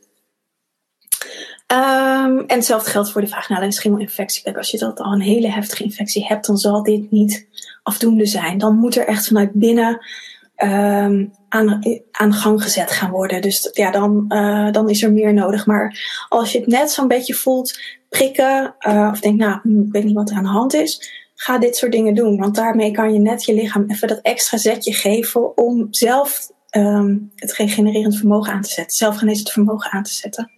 Um, en hetzelfde geldt voor de vaginale schimmelinfectie. Kijk, als je dat al een hele heftige infectie hebt, dan zal dit niet afdoende zijn. Dan moet er echt vanuit binnen um, aan, aan gang gezet gaan worden. Dus ja, dan, uh, dan is er meer nodig. Maar als je het net zo'n beetje voelt prikken, uh, of denkt, nou, ik weet niet wat er aan de hand is, ga dit soort dingen doen. Want daarmee kan je net je lichaam even dat extra zetje geven om zelf um, het regenererend vermogen aan te zetten. Zelfgenezend vermogen aan te zetten.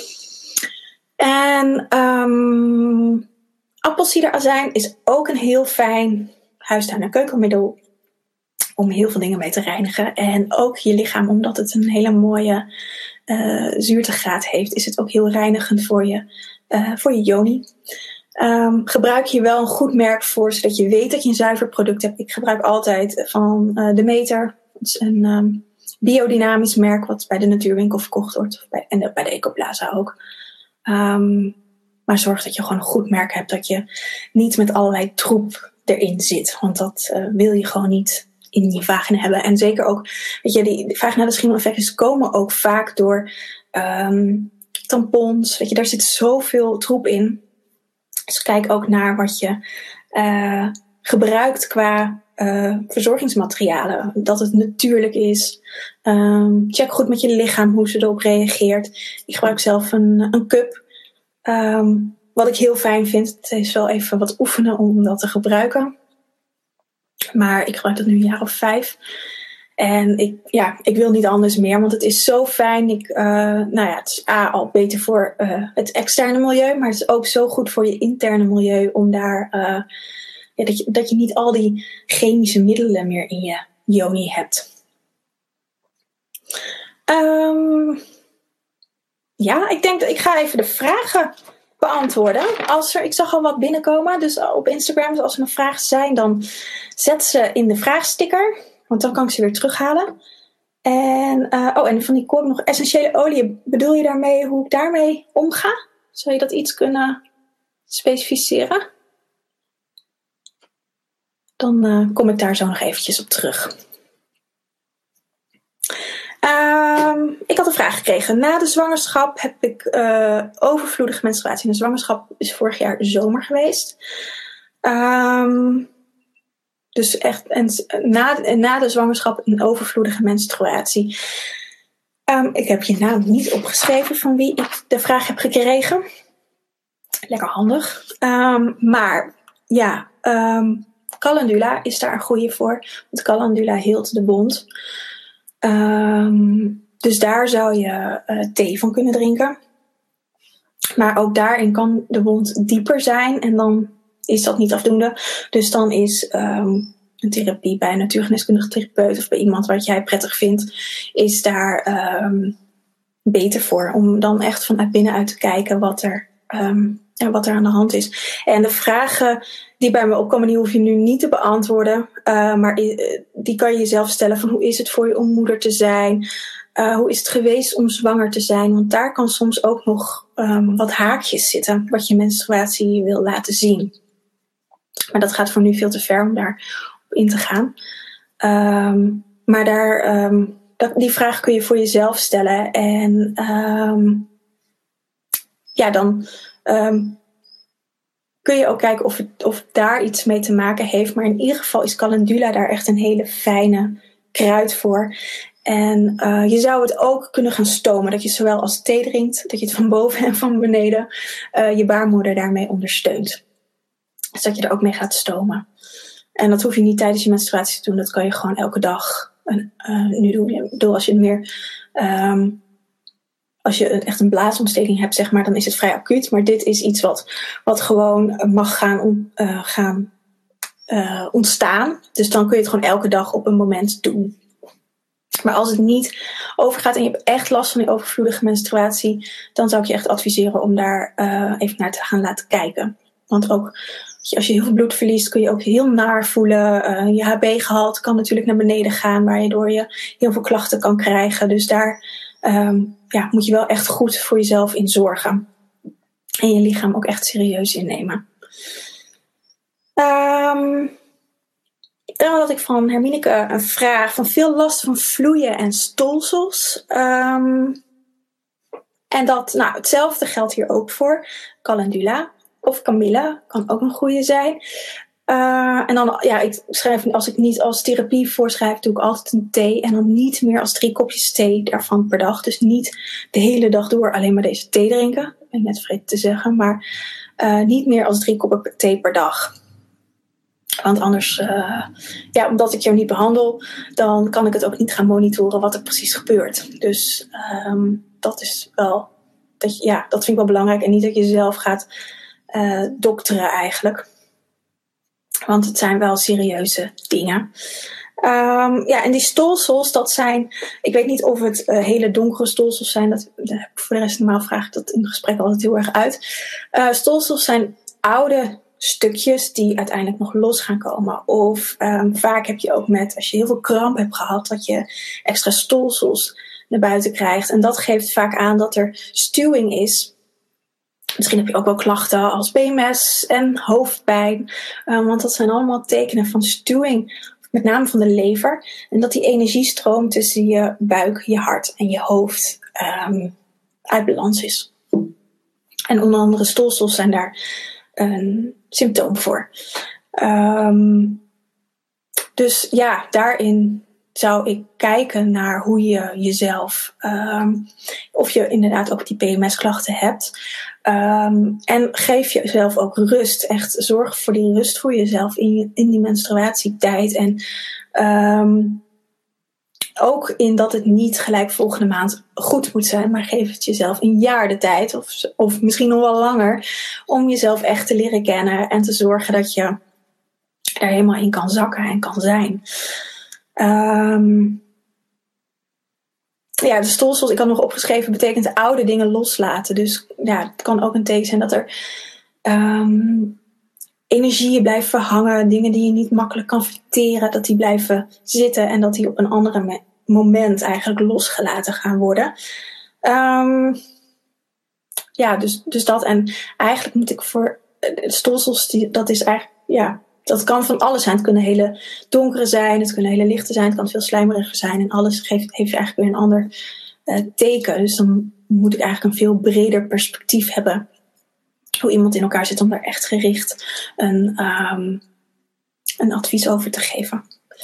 En um, appelsiederazijn is ook een heel fijn huistuin- en keukenmiddel om heel veel dingen mee te reinigen. En ook je lichaam, omdat het een hele mooie uh, zuurtegraad heeft, is het ook heel reinigend voor je, uh, voor je yoni. Um, gebruik je wel een goed merk voor, zodat je weet dat je een zuiver product hebt. Ik gebruik altijd van uh, Demeter. Dat is een um, biodynamisch merk wat bij de Natuurwinkel verkocht wordt. Bij, en de, bij de Ecoplaza ook. Um, maar zorg dat je gewoon een goed merk hebt. Dat je niet met allerlei troep erin zit. Want dat uh, wil je gewoon niet in je vagina hebben. En zeker ook, weet je, die, die vaginale schimmelinfecties komen ook vaak door um, tampons. Weet je, daar zit zoveel troep in. Dus kijk ook naar wat je uh, gebruikt qua uh, verzorgingsmaterialen. Dat het natuurlijk is. Um, check goed met je lichaam hoe ze erop reageert. Ik gebruik zelf een, een cup. Um, wat ik heel fijn vind. Het is wel even wat oefenen om dat te gebruiken. Maar ik gebruik dat nu een jaar of vijf. En ik, ja, ik wil niet anders meer, want het is zo fijn. Ik, uh, nou ja, het is A, al beter voor uh, het externe milieu, maar het is ook zo goed voor je interne milieu om daar, uh, ja, dat, je, dat je niet al die chemische middelen meer in je yoni hebt. Um, ja, ik denk dat ik ga even de vragen beantwoorden. Als er, ik zag al wat binnenkomen, dus op Instagram, dus als er nog vragen zijn, dan zet ze in de vraagsticker. Want dan kan ik ze weer terughalen. En, uh, oh, en van die koor nog essentiële olie. Bedoel je daarmee hoe ik daarmee omga? Zou je dat iets kunnen specificeren? Dan uh, kom ik daar zo nog eventjes op terug. Um, ik had een vraag gekregen. Na de zwangerschap heb ik uh, overvloedige menstruatie. En de zwangerschap is vorig jaar zomer geweest. Um, Dus echt en na, na de zwangerschap een overvloedige menstruatie. Um, ik heb je naam niet opgeschreven van wie ik de vraag heb gekregen. Lekker handig. Um, maar ja, um, calendula is daar een goede voor. Want calendula heelt de wond. Um, dus daar zou je uh, thee van kunnen drinken. Maar ook daarin kan de wond dieper zijn. En dan is dat niet afdoende. Dus dan is um, een therapie bij een natuurgeneeskundige therapeut of bij iemand wat jij prettig vindt, is daar um, beter voor. Om dan echt vanuit binnenuit te kijken wat er um, ja, wat er aan de hand is. En de vragen die bij me opkomen, die hoef je nu niet te beantwoorden. Uh, maar uh, die kan je jezelf stellen van hoe is het voor je om moeder te zijn? Uh, hoe is het geweest om zwanger te zijn? Want daar kan soms ook nog um, wat haakjes zitten, wat je menstruatie wil laten zien. Maar dat gaat voor nu veel te ver om daar op in te gaan. Um, maar daar, um, dat, die vraag kun je voor jezelf stellen. En um, ja, dan um, kun je ook kijken of het, of het daar iets mee te maken heeft. Maar in ieder geval is calendula daar echt een hele fijne kruid voor. En uh, je zou het ook kunnen gaan stomen. Dat je zowel als thee drinkt, dat je het van boven en van beneden uh, je baarmoeder daarmee ondersteunt. Dus dat je er ook mee gaat stomen. En dat hoef je niet tijdens je menstruatie te doen. Dat kan je gewoon elke dag en, uh, nu doen. Ik bedoel, als je meer, um, als je een, echt een blaasontsteking hebt, zeg maar, dan is het vrij acuut. Maar dit is iets wat, wat gewoon mag gaan, om, uh, gaan uh, ontstaan. Dus dan kun je het gewoon elke dag op een moment doen. Maar als het niet overgaat en je hebt echt last van die overvloedige menstruatie, dan zou ik je echt adviseren om daar uh, even naar te gaan laten kijken. Want ook als je heel veel bloed verliest, kun je ook heel naar voelen. Uh, je H B-gehalte kan natuurlijk naar beneden gaan, waardoor je heel veel klachten kan krijgen. Dus daar um, ja, moet je wel echt goed voor jezelf in zorgen. En je lichaam ook echt serieus innemen. Um, dan had ik van Hermineke een vraag van veel last van vloeien en stolsels. Um, en dat, nou, hetzelfde geldt hier ook voor. Calendula. Of Camilla, kan ook een goede zijn. Uh, en dan, ja, ik schrijf, als ik niet als therapie voorschrijf, doe ik altijd een thee. En dan niet meer als drie kopjes thee daarvan per dag. Dus niet de hele dag door alleen maar deze thee drinken. Dat ben ik net vergeten te zeggen. Maar uh, niet meer als drie koppen thee per dag. Want anders, uh, ja, omdat ik jou niet behandel, dan kan ik het ook niet gaan monitoren wat er precies gebeurt. Dus um, dat is wel, dat je, ja, dat vind ik wel belangrijk. En niet dat je zelf gaat uh, dokteren eigenlijk. Want het zijn wel serieuze dingen. Um, ja, en die stolsels, dat zijn, ik weet niet of het uh, hele donkere stolsels zijn. Dat, dat, voor de rest normaal vraag ik dat in gesprek altijd heel erg uit. Uh, stolsels zijn oude stukjes die uiteindelijk nog los gaan komen. Of um, vaak heb je ook met, als je heel veel kramp hebt gehad, dat je extra stolsels naar buiten krijgt. En dat geeft vaak aan dat er stuwing is. Misschien heb je ook wel klachten als P M S en hoofdpijn. Um, want dat zijn allemaal tekenen van stuwing, met name van de lever. En dat die energiestroom tussen je buik, je hart en je hoofd um, uit balans is. En onder andere stolsels zijn daar een symptoom voor. Um, dus ja, daarin zou ik kijken naar hoe je jezelf, um, of je inderdaad ook die P M S-klachten hebt. Um, en geef jezelf ook rust. Echt zorg voor die rust voor jezelf in, je, in die menstruatietijd. En um, ook in dat het niet gelijk volgende maand goed moet zijn, maar geef het jezelf een jaar de tijd, of, of misschien nog wel langer, om jezelf echt te leren kennen en te zorgen dat je er helemaal in kan zakken en kan zijn. Um, ja, de stolsels, ik had nog opgeschreven, betekent oude dingen loslaten. Dus ja, het kan ook een teken zijn dat er um, energieën blijven hangen, dingen die je niet makkelijk kan verteren, dat die blijven zitten en dat die op een andere me- moment eigenlijk losgelaten gaan worden. Um, ja, dus, dus dat. En eigenlijk moet ik voor de stolsels, die, dat is eigenlijk, ja, dat kan van alles zijn. Het kunnen hele donkere zijn, het kunnen hele lichte zijn, het kan veel slijmeriger zijn. En alles geeft, heeft eigenlijk weer een ander uh, teken. Dus dan moet ik eigenlijk een veel breder perspectief hebben hoe iemand in elkaar zit om daar echt gericht een, um, een advies over te geven.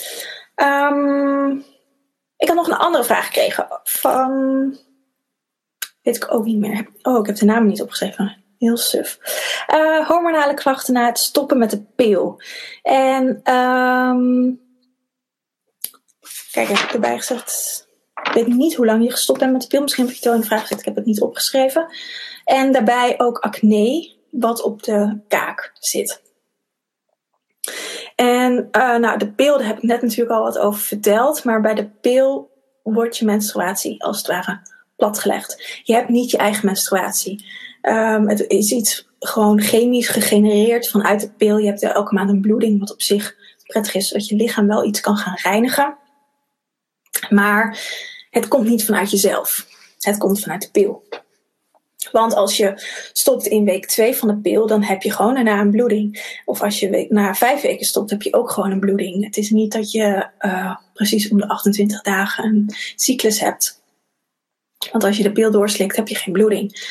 Um, ik had nog een andere vraag gekregen van, weet ik ook niet meer. Oh, ik heb de naam niet opgeschreven. Heel suf. Uh, hormonale klachten na het stoppen met de pil. En um, kijk, heb ik erbij gezegd, ik weet niet hoe lang je gestopt bent met de pil. Misschien heb ik het wel in de vraag gezet, ik heb het niet opgeschreven. En daarbij ook acne, wat op de kaak zit. En uh, nou, de pil, daar heb ik net natuurlijk al wat over verteld. Maar bij de pil wordt je menstruatie als het ware platgelegd. Je hebt niet je eigen menstruatie. Um, het is iets gewoon chemisch gegenereerd vanuit de pil. Je hebt elke maand een bloeding, wat op zich prettig is, zodat je lichaam wel iets kan gaan reinigen. Maar het komt niet vanuit jezelf. Het komt vanuit de pil. Want als je stopt in week twee van de pil, dan heb je gewoon daarna een bloeding. Of als je na vijf weken stopt, heb je ook gewoon een bloeding. Het is niet dat je uh, precies om de achtentwintig dagen een cyclus hebt. Want als je de pil doorslikt, heb je geen bloeding.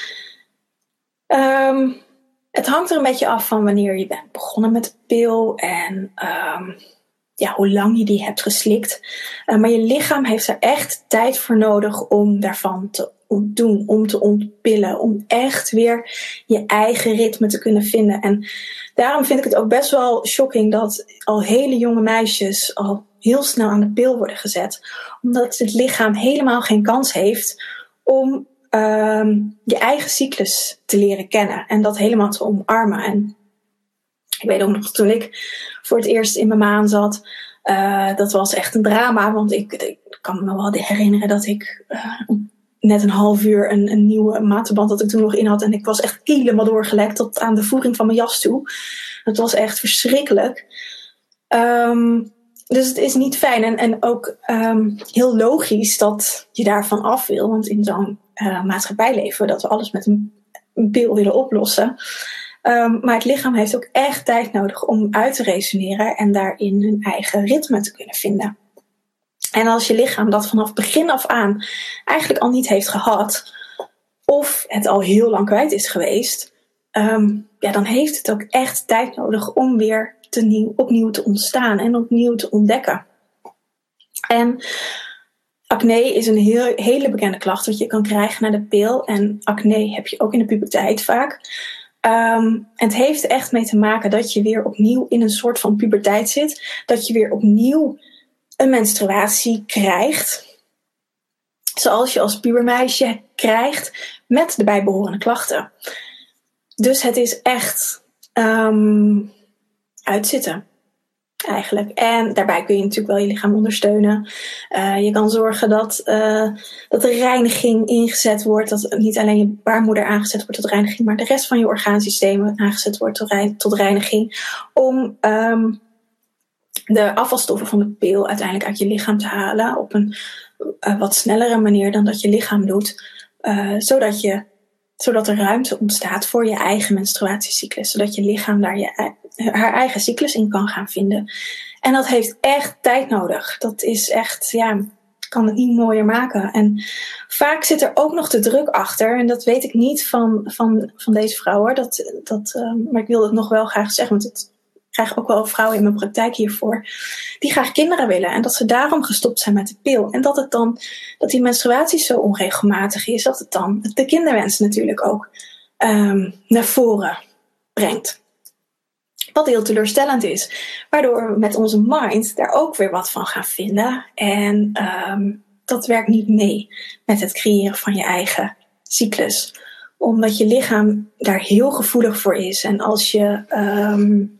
Um, het hangt er een beetje af van wanneer je bent begonnen met de pil. En um, ja, hoe lang je die hebt geslikt. Uh, maar je lichaam heeft er echt tijd voor nodig om daarvan te doen, om te ontpillen, om echt weer je eigen ritme te kunnen vinden. En daarom vind ik het ook best wel shocking dat al hele jonge meisjes al heel snel aan de pil worden gezet. Omdat het lichaam helemaal geen kans heeft om um, je eigen cyclus te leren kennen en dat helemaal te omarmen. En ik weet ook nog, toen ik voor het eerst in mijn maan zat, uh, dat was echt een drama, want ik, ik kan me wel herinneren dat ik uh, net een half uur een, een nieuwe matenband dat ik toen nog in had. En ik was echt helemaal doorgelekt tot aan de voering van mijn jas toe. Het was echt verschrikkelijk. Um, dus het is niet fijn. En, en ook um, heel logisch dat je daarvan af wil. Want in zo'n uh, maatschappij leven we dat we alles met een, een pil willen oplossen. Um, maar het lichaam heeft ook echt tijd nodig om uit te resoneren. En daarin hun eigen ritme te kunnen vinden. En als je lichaam dat vanaf begin af aan eigenlijk al niet heeft gehad, of het al heel lang kwijt is geweest, um, ja, dan heeft het ook echt tijd nodig om weer te nieuw, opnieuw te ontstaan en opnieuw te ontdekken. En acne is een heel, hele bekende klacht wat je kan krijgen na de pil. En acne heb je ook in de puberteit vaak. Um, en het heeft echt mee te maken dat je weer opnieuw in een soort van puberteit zit. Dat je weer opnieuw een menstruatie krijgt, zoals je als pubermeisje krijgt, met de bijbehorende klachten. Dus het is echt um, uitzitten, eigenlijk. En daarbij kun je natuurlijk wel je lichaam ondersteunen. Uh, je kan zorgen dat, uh, dat de reiniging ingezet wordt, dat niet alleen je baarmoeder aangezet wordt tot reiniging, maar de rest van je orgaansysteem aangezet wordt tot, rein, tot reiniging, om um, de afvalstoffen van de pil uiteindelijk uit je lichaam te halen op een uh, wat snellere manier dan dat je lichaam doet. Uh, zodat, je, zodat er ruimte ontstaat voor je eigen menstruatiecyclus. Zodat je lichaam daar je, haar eigen cyclus in kan gaan vinden. En dat heeft echt tijd nodig. Dat is echt, ja, kan het niet mooier maken. En vaak zit er ook nog de druk achter. En dat weet ik niet van, van, van deze vrouwen. Dat, dat, uh, maar ik wil het nog wel graag zeggen, want het krijg ook wel vrouwen in mijn praktijk hiervoor, die graag kinderen willen. En dat ze daarom gestopt zijn met de pil. En dat het dan, dat die menstruatie zo onregelmatig is, dat het dan de kinderwens natuurlijk ook um, naar voren brengt. Wat heel teleurstellend is. Waardoor we met onze mind daar ook weer wat van gaan vinden. En um, dat werkt niet mee met het creëren van je eigen cyclus. Omdat je lichaam daar heel gevoelig voor is. En als je Um,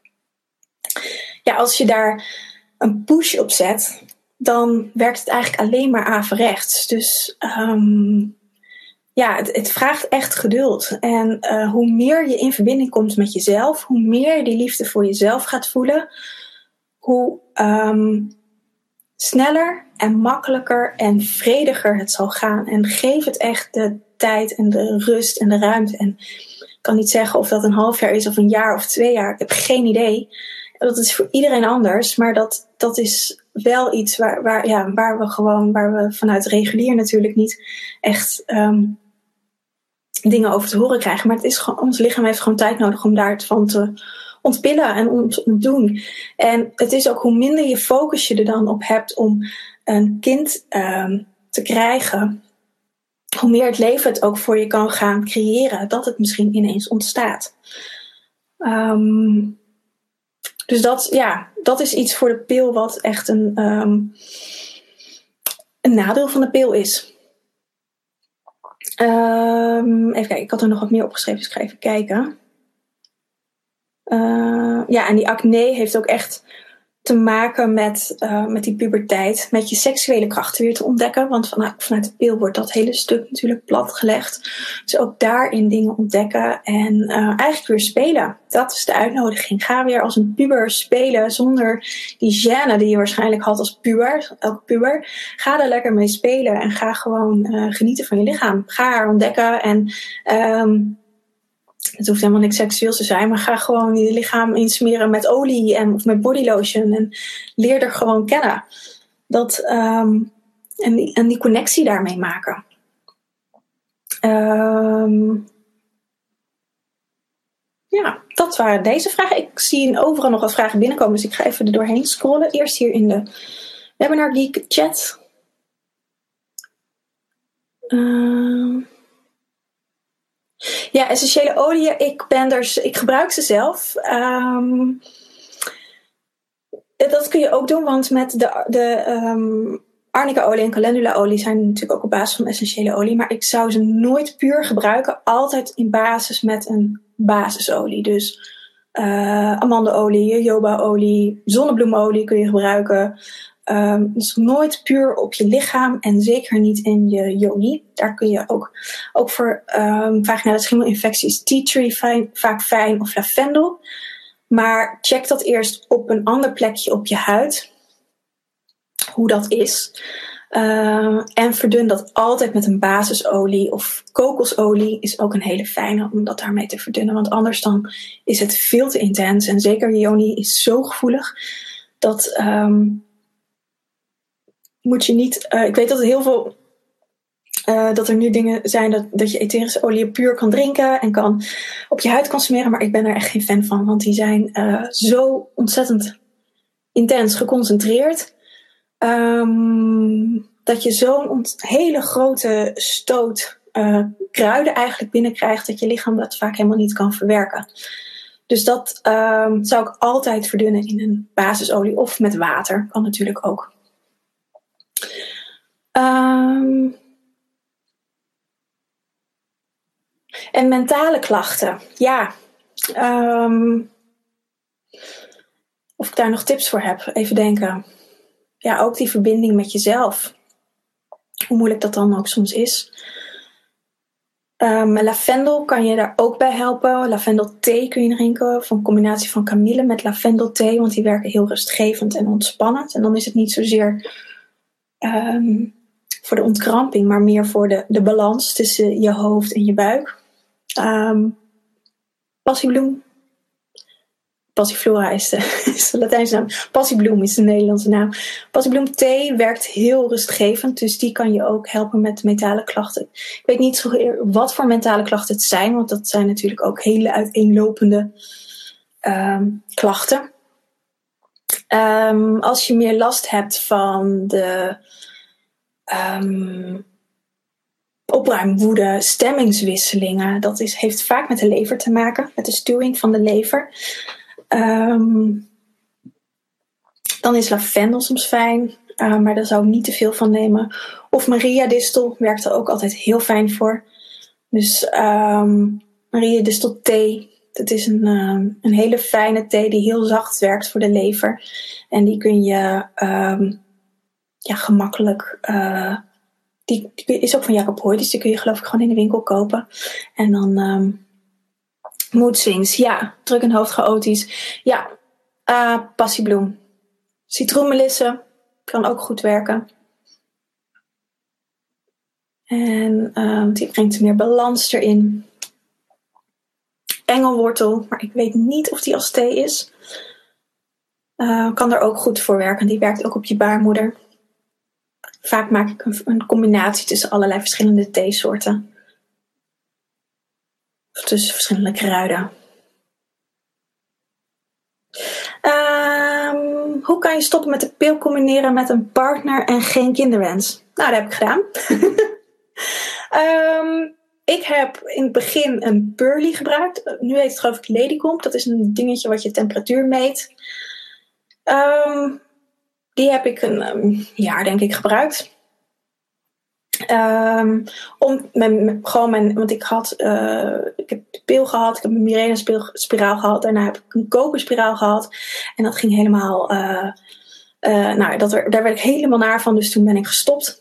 Ja, als je daar een push op zet, dan werkt het eigenlijk alleen maar averechts. Dus um, ja, het, het vraagt echt geduld. En uh, hoe meer je in verbinding komt met jezelf, hoe meer je die liefde voor jezelf gaat voelen, hoe um, sneller en makkelijker en vrediger het zal gaan. En geef het echt de tijd en de rust en de ruimte. En ik kan niet zeggen of dat een half jaar is of een jaar of twee jaar. Ik heb geen idee. Dat is voor iedereen anders, maar dat, dat is wel iets waar, waar, ja, waar we gewoon, waar we vanuit regulier natuurlijk niet echt um, dingen over te horen krijgen. Maar het is gewoon, ons lichaam heeft gewoon tijd nodig om daarvan te ontpillen en om te ontdoen. En het is ook hoe minder je focus je er dan op hebt om een kind um, te krijgen, hoe meer het leven het ook voor je kan gaan creëren, dat het misschien ineens ontstaat. Um, Dus dat, ja, dat is iets voor de pil wat echt een, um, een nadeel van de pil is. Um, even kijken, ik had er nog wat meer opgeschreven, dus ik ga even kijken. Uh, ja, en die acne heeft ook echt te maken met, uh, met die puberteit. Met je seksuele krachten weer te ontdekken. Want vanuit, vanuit de pil wordt dat hele stuk natuurlijk platgelegd. Dus ook daarin dingen ontdekken. En uh, eigenlijk weer spelen. Dat is de uitnodiging. Ga weer als een puber spelen. Zonder die gêne die je waarschijnlijk had als puber. Elke puber. Ga er lekker mee spelen. En ga gewoon uh, genieten van je lichaam. Ga haar ontdekken. En... Um, Het hoeft helemaal niks seksueels te zijn, maar ga gewoon je lichaam insmeren met olie en, of met bodylotion en leer er gewoon kennen. Dat, um, en, die, en die connectie daarmee maken. Um, ja, dat waren deze vragen. Ik zie overal nog wat vragen binnenkomen, dus ik ga even er doorheen scrollen. Eerst hier in de Webinar Geek chat. Um, Ja, essentiële oliën, ik, ben er, ik gebruik ze zelf. Um, dat kun je ook doen, want met de, de um, arnica-olie en calendula-olie zijn natuurlijk ook op basis van essentiële olie. Maar ik zou ze nooit puur gebruiken, altijd in basis met een basisolie. Dus uh, amandelolie, jojobaolie, zonnebloemolie kun je gebruiken. Um, dus nooit puur op je lichaam en zeker niet in je yoni. Daar kun je ook, ook voor um, vaginale schimmelinfecties tea tree fijn, vaak fijn of lavendel. Maar check dat eerst op een ander plekje op je huid. Hoe dat is. Uh, en verdun dat altijd met een basisolie of kokosolie is ook een hele fijne om dat daarmee te verdunnen. Want anders dan is het veel te intens. En zeker je yoni is zo gevoelig dat... Um, moet je niet... Uh, ik weet dat er heel veel... Uh, dat er nu dingen zijn dat, dat je etherische olie puur kan drinken en kan op je huid kan smeren. Maar ik ben er echt geen fan van. Want die zijn uh, zo ontzettend intens geconcentreerd. Um, dat je zo'n ont- hele grote stoot uh, kruiden eigenlijk binnenkrijgt. Dat je lichaam dat vaak helemaal niet kan verwerken. Dus dat um, zou ik altijd verdunnen in een basisolie. Of met water. Kan natuurlijk ook. Um, en mentale klachten. Ja. Um, of ik daar nog tips voor heb. Even denken. Ja, ook die verbinding met jezelf. Hoe moeilijk dat dan ook soms is. Um, lavendel kan je daar ook bij helpen. Lavendelthee kun je drinken. Of een combinatie van kamille met lavendelthee. Want die werken heel rustgevend en ontspannend. En dan is het niet zozeer... Um, voor de ontkramping, maar meer voor de, de balans tussen je hoofd en je buik. Um, passiebloem. Passiflora is de, is de Latijnse naam. Passiebloem is de Nederlandse naam. Passiebloemthee werkt heel rustgevend, dus die kan je ook helpen met mentale klachten. Ik weet niet zo wat voor mentale klachten het zijn, want dat zijn natuurlijk ook hele uiteenlopende um, klachten. Um, als je meer last hebt van de Um, opruimwoede, stemmingswisselingen. Dat is, heeft vaak met de lever te maken. Met de stuwing van de lever. Um, dan is lavendel soms fijn. Uh, maar daar zou ik niet te veel van nemen. Of Maria distel werkt er ook altijd heel fijn voor. Dus um, Maria distel thee. Dat is een, um, een hele fijne thee die heel zacht werkt voor de lever. En die kun je... Um, Ja, gemakkelijk. Uh, die, die is ook van Jacob Hoy, dus die kun je geloof ik gewoon in de winkel kopen. En dan um, mood swings. Ja, druk en hoofd chaotisch. Ja, uh, passiebloem. Citroenmelisse kan ook goed werken. En uh, die brengt meer balans erin. Engelwortel, maar ik weet niet of die als thee is. Uh, kan er ook goed voor werken. Die werkt ook op je baarmoeder. Vaak maak ik een, een combinatie tussen allerlei verschillende theesoorten. Of tussen verschillende kruiden. Um, hoe kan je stoppen met de pil combineren met een partner en geen kinderwens? Nou, dat heb ik gedaan. um, ik heb in het begin een Pearly gebruikt. Nu heet het geloof ik Ladycomb. Dat is een dingetje wat je temperatuur meet. Um, Die heb ik een um, jaar denk ik gebruikt. Um, om mijn, mijn, gewoon mijn, want ik had, uh, ik heb de pil gehad, ik heb een migraine-spiraal gehad, daarna heb ik een kokerspiraal gehad. En dat ging helemaal, uh, uh, nou, dat er, daar werd ik helemaal naar van, dus toen ben ik gestopt.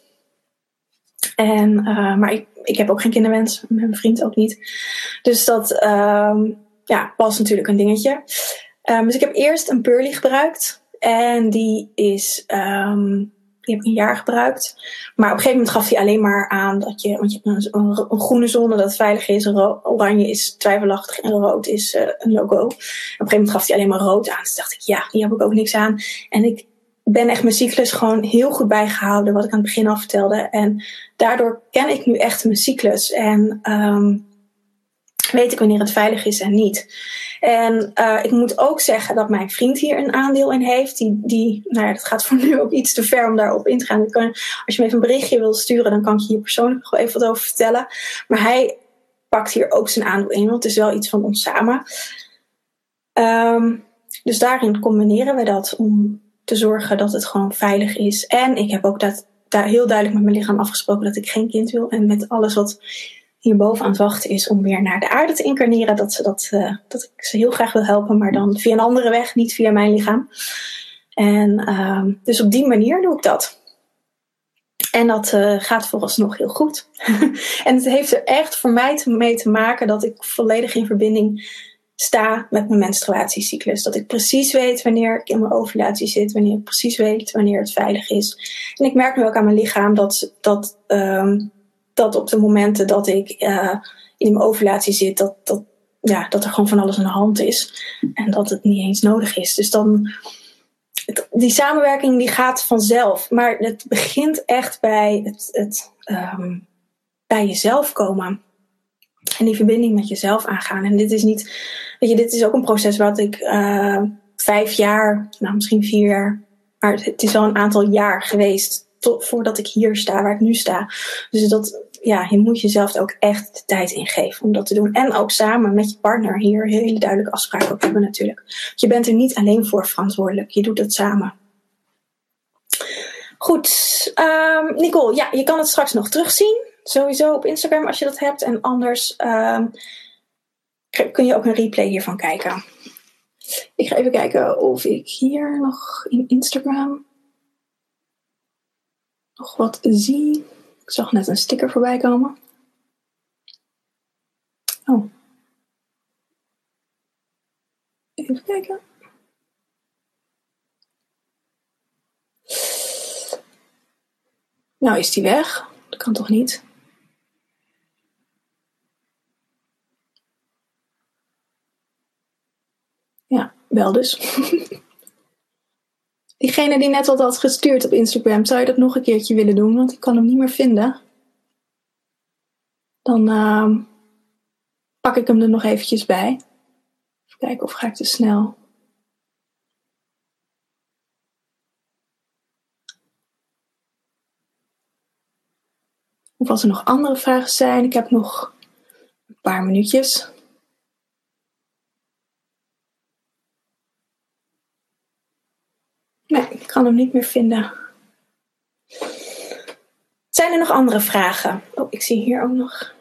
En, uh, maar ik, ik heb ook geen kinderwens, mijn vriend ook niet. Dus dat, um, ja, was natuurlijk een dingetje. Um, dus ik heb eerst een Pearly gebruikt en die is, um, die heb ik een jaar gebruikt. Maar op een gegeven moment gaf hij alleen maar aan dat je, want je hebt een, een, een groene zone dat veilig is, ro- oranje is twijfelachtig en rood is uh, een logo. En op een gegeven moment gaf hij alleen maar rood aan. Dus dacht ik, ja, hier heb ik ook niks aan. En ik ben echt mijn cyclus gewoon heel goed bijgehouden, wat ik aan het begin al vertelde. En daardoor ken ik nu echt mijn cyclus. En um, weet ik wanneer het veilig is en niet. En uh, ik moet ook zeggen dat mijn vriend hier een aandeel in heeft. Die, die, nou ja, dat gaat voor nu ook iets te ver om daarop in te gaan. Kan, als je me even een berichtje wil sturen, dan kan ik je hier persoonlijk nog even wat over vertellen. Maar hij pakt hier ook zijn aandeel in, want het is wel iets van ons samen. Um, dus daarin combineren we dat om te zorgen dat het gewoon veilig is. En ik heb ook dat, daar heel duidelijk met mijn lichaam afgesproken dat ik geen kind wil. En met alles wat hierboven aan het wachten is om weer naar de aarde te incarneren. Dat, ze dat, uh, dat ik ze heel graag wil helpen, maar dan via een andere weg, niet via mijn lichaam. En uh, dus op die manier doe ik dat. En dat uh, gaat vooralsnog heel goed. En het heeft er echt voor mij mee te maken dat ik volledig in verbinding sta met mijn menstruatiecyclus. Dat ik precies weet wanneer ik in mijn ovulatie zit. Wanneer ik precies weet wanneer het veilig is. En ik merk nu ook aan mijn lichaam dat, dat, um, dat op de momenten dat ik uh, in mijn ovulatie zit, dat, dat, ja, dat er gewoon van alles aan de hand is. En dat het niet eens nodig is. Dus dan, het, die samenwerking die gaat vanzelf. Maar het begint echt bij het, het um, bij jezelf komen. En die verbinding met jezelf aangaan. En dit is niet, weet je, dit is ook een proces wat ik uh, vijf jaar, nou misschien vier jaar, maar het is wel een aantal jaar geweest tot, voordat ik hier sta, waar ik nu sta. Dus dat, ja, je moet jezelf er ook echt de tijd in geven om dat te doen. En ook samen met je partner hier hele duidelijke afspraken op hebben natuurlijk. Want je bent er niet alleen voor verantwoordelijk, je doet het samen. Goed, um, Nicole, ja, je kan het straks nog terugzien. Sowieso op Instagram als je dat hebt. En anders um, kun je ook een replay hiervan kijken. Ik ga even kijken of ik hier nog in Instagram nog wat zie. Ik zag net een sticker voorbij komen. Oh. Even kijken. Nou is die weg. Dat kan toch niet? Ja, wel dus. Diegene die net wat had gestuurd op Instagram, zou je dat nog een keertje willen doen? Want ik kan hem niet meer vinden. Dan uh, pak ik hem er nog eventjes bij. Even kijken of ga ik te snel. Of als er nog andere vragen zijn. Ik heb nog een paar minuutjes. Nee, ik kan hem niet meer vinden. Zijn er nog andere vragen? Oh, ik zie hier ook nog.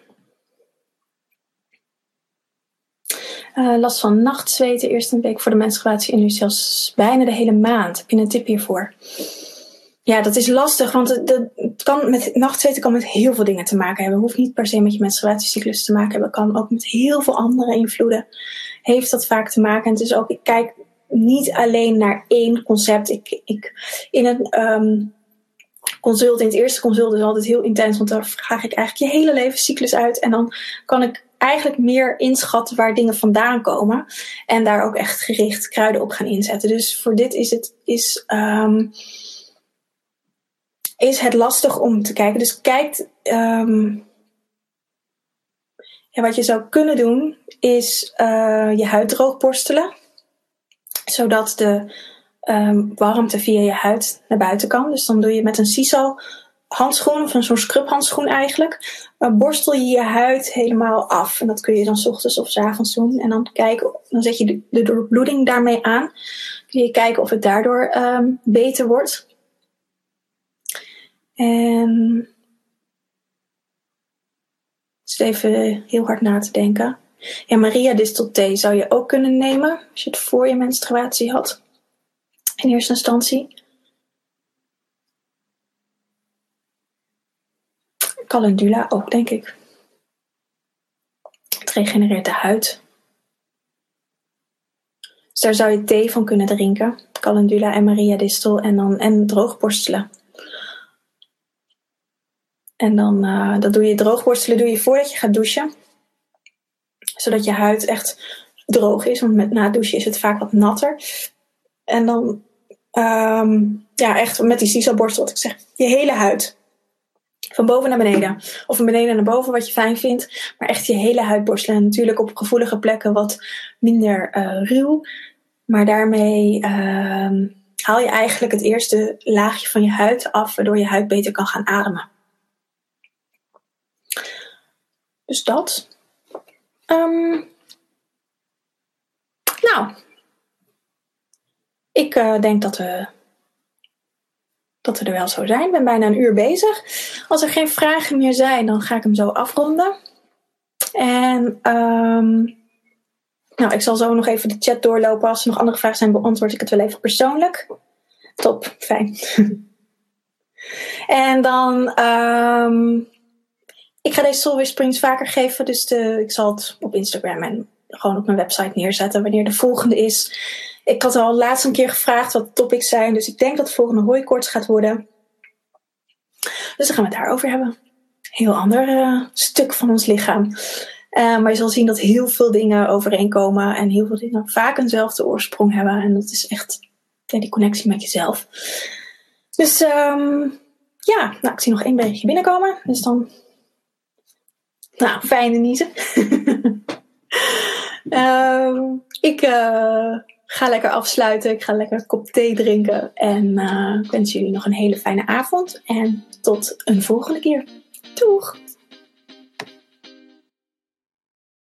Uh, last van nachtzweten, eerst een week voor de menstruatie en nu zelfs bijna de hele maand. Heb je een tip hiervoor? Ja, dat is lastig, want het, het kan met, nachtzweten kan met heel veel dingen te maken hebben. Het hoeft niet per se met je menstruatiecyclus te maken hebben. Het kan ook met heel veel andere invloeden. Heeft dat vaak te maken. En het is ook, ik kijk niet alleen naar één concept. Ik, ik, in een um, consult, in het eerste consult is altijd heel intens, want dan vraag ik eigenlijk je hele levenscyclus uit. En dan kan ik eigenlijk meer inschatten waar dingen vandaan komen. En daar ook echt gericht kruiden op gaan inzetten. Dus voor dit is het, is, um, is het lastig om te kijken. Dus kijk, um, ja, wat je zou kunnen doen, is uh, je huid droog borstelen. Zodat de um, warmte via je huid naar buiten kan. Dus dan doe je met een sisal handschoen, of een zo'n scrubhandschoen eigenlijk, uh, borstel je je huid helemaal af. En dat kun je dan 's ochtends of 's avonds doen. En dan kijken, dan zet je de, de doorbloeding daarmee aan. Kun je kijken of het daardoor um, beter wordt. En even heel hard na te denken. Ja, Maria distel thee zou je ook kunnen nemen als je het voor je menstruatie had. In eerste instantie. Calendula ook, denk ik. Het regenereert de huid. Dus daar zou je thee van kunnen drinken. Calendula en Maria distel en dan en droogborstelen. En dan uh, dat doe je droogborstelen doe je voordat je gaat douchen. Zodat je huid echt droog is. Want met na het douchen is het vaak wat natter. En dan um, ja, echt met die Sisa-borstel, wat ik zeg, je hele huid. Van boven naar beneden. Of van beneden naar boven, wat je fijn vindt. Maar echt je hele huid borstelen. En natuurlijk op gevoelige plekken wat minder uh, ruw. Maar daarmee uh, haal je eigenlijk het eerste laagje van je huid af. Waardoor je huid beter kan gaan ademen. Dus dat. Um, nou. Ik uh, denk dat we... Dat we er wel zo zijn. Ik ben bijna een uur bezig. Als er geen vragen meer zijn, dan ga ik hem zo afronden. En um, nou, ik zal zo nog even de chat doorlopen. Als er nog andere vragen zijn, beantwoord ik het wel even persoonlijk. Top, fijn. En dan, um, ik ga deze Soul Whisperings vaker geven. Dus de, ik zal het op Instagram en gewoon op mijn website neerzetten wanneer de volgende is. Ik had al laatst een keer gevraagd wat de topics zijn. Dus ik denk dat de volgende hooikoorts gaat worden. Dus dan gaan we het daarover hebben. Heel ander uh, stuk van ons lichaam. Uh, maar je zal zien dat heel veel dingen overeenkomen. En heel veel dingen vaak eenzelfde oorsprong hebben. En dat is echt ja, die connectie met jezelf. Dus um, ja, nou, ik zie nog één berichtje binnenkomen. Dus dan... Nou, fijne niezen. um, ik... Uh, Ga lekker afsluiten. Ik ga lekker een kop thee drinken. En uh, ik wens jullie nog een hele fijne avond. En tot een volgende keer. Doeg!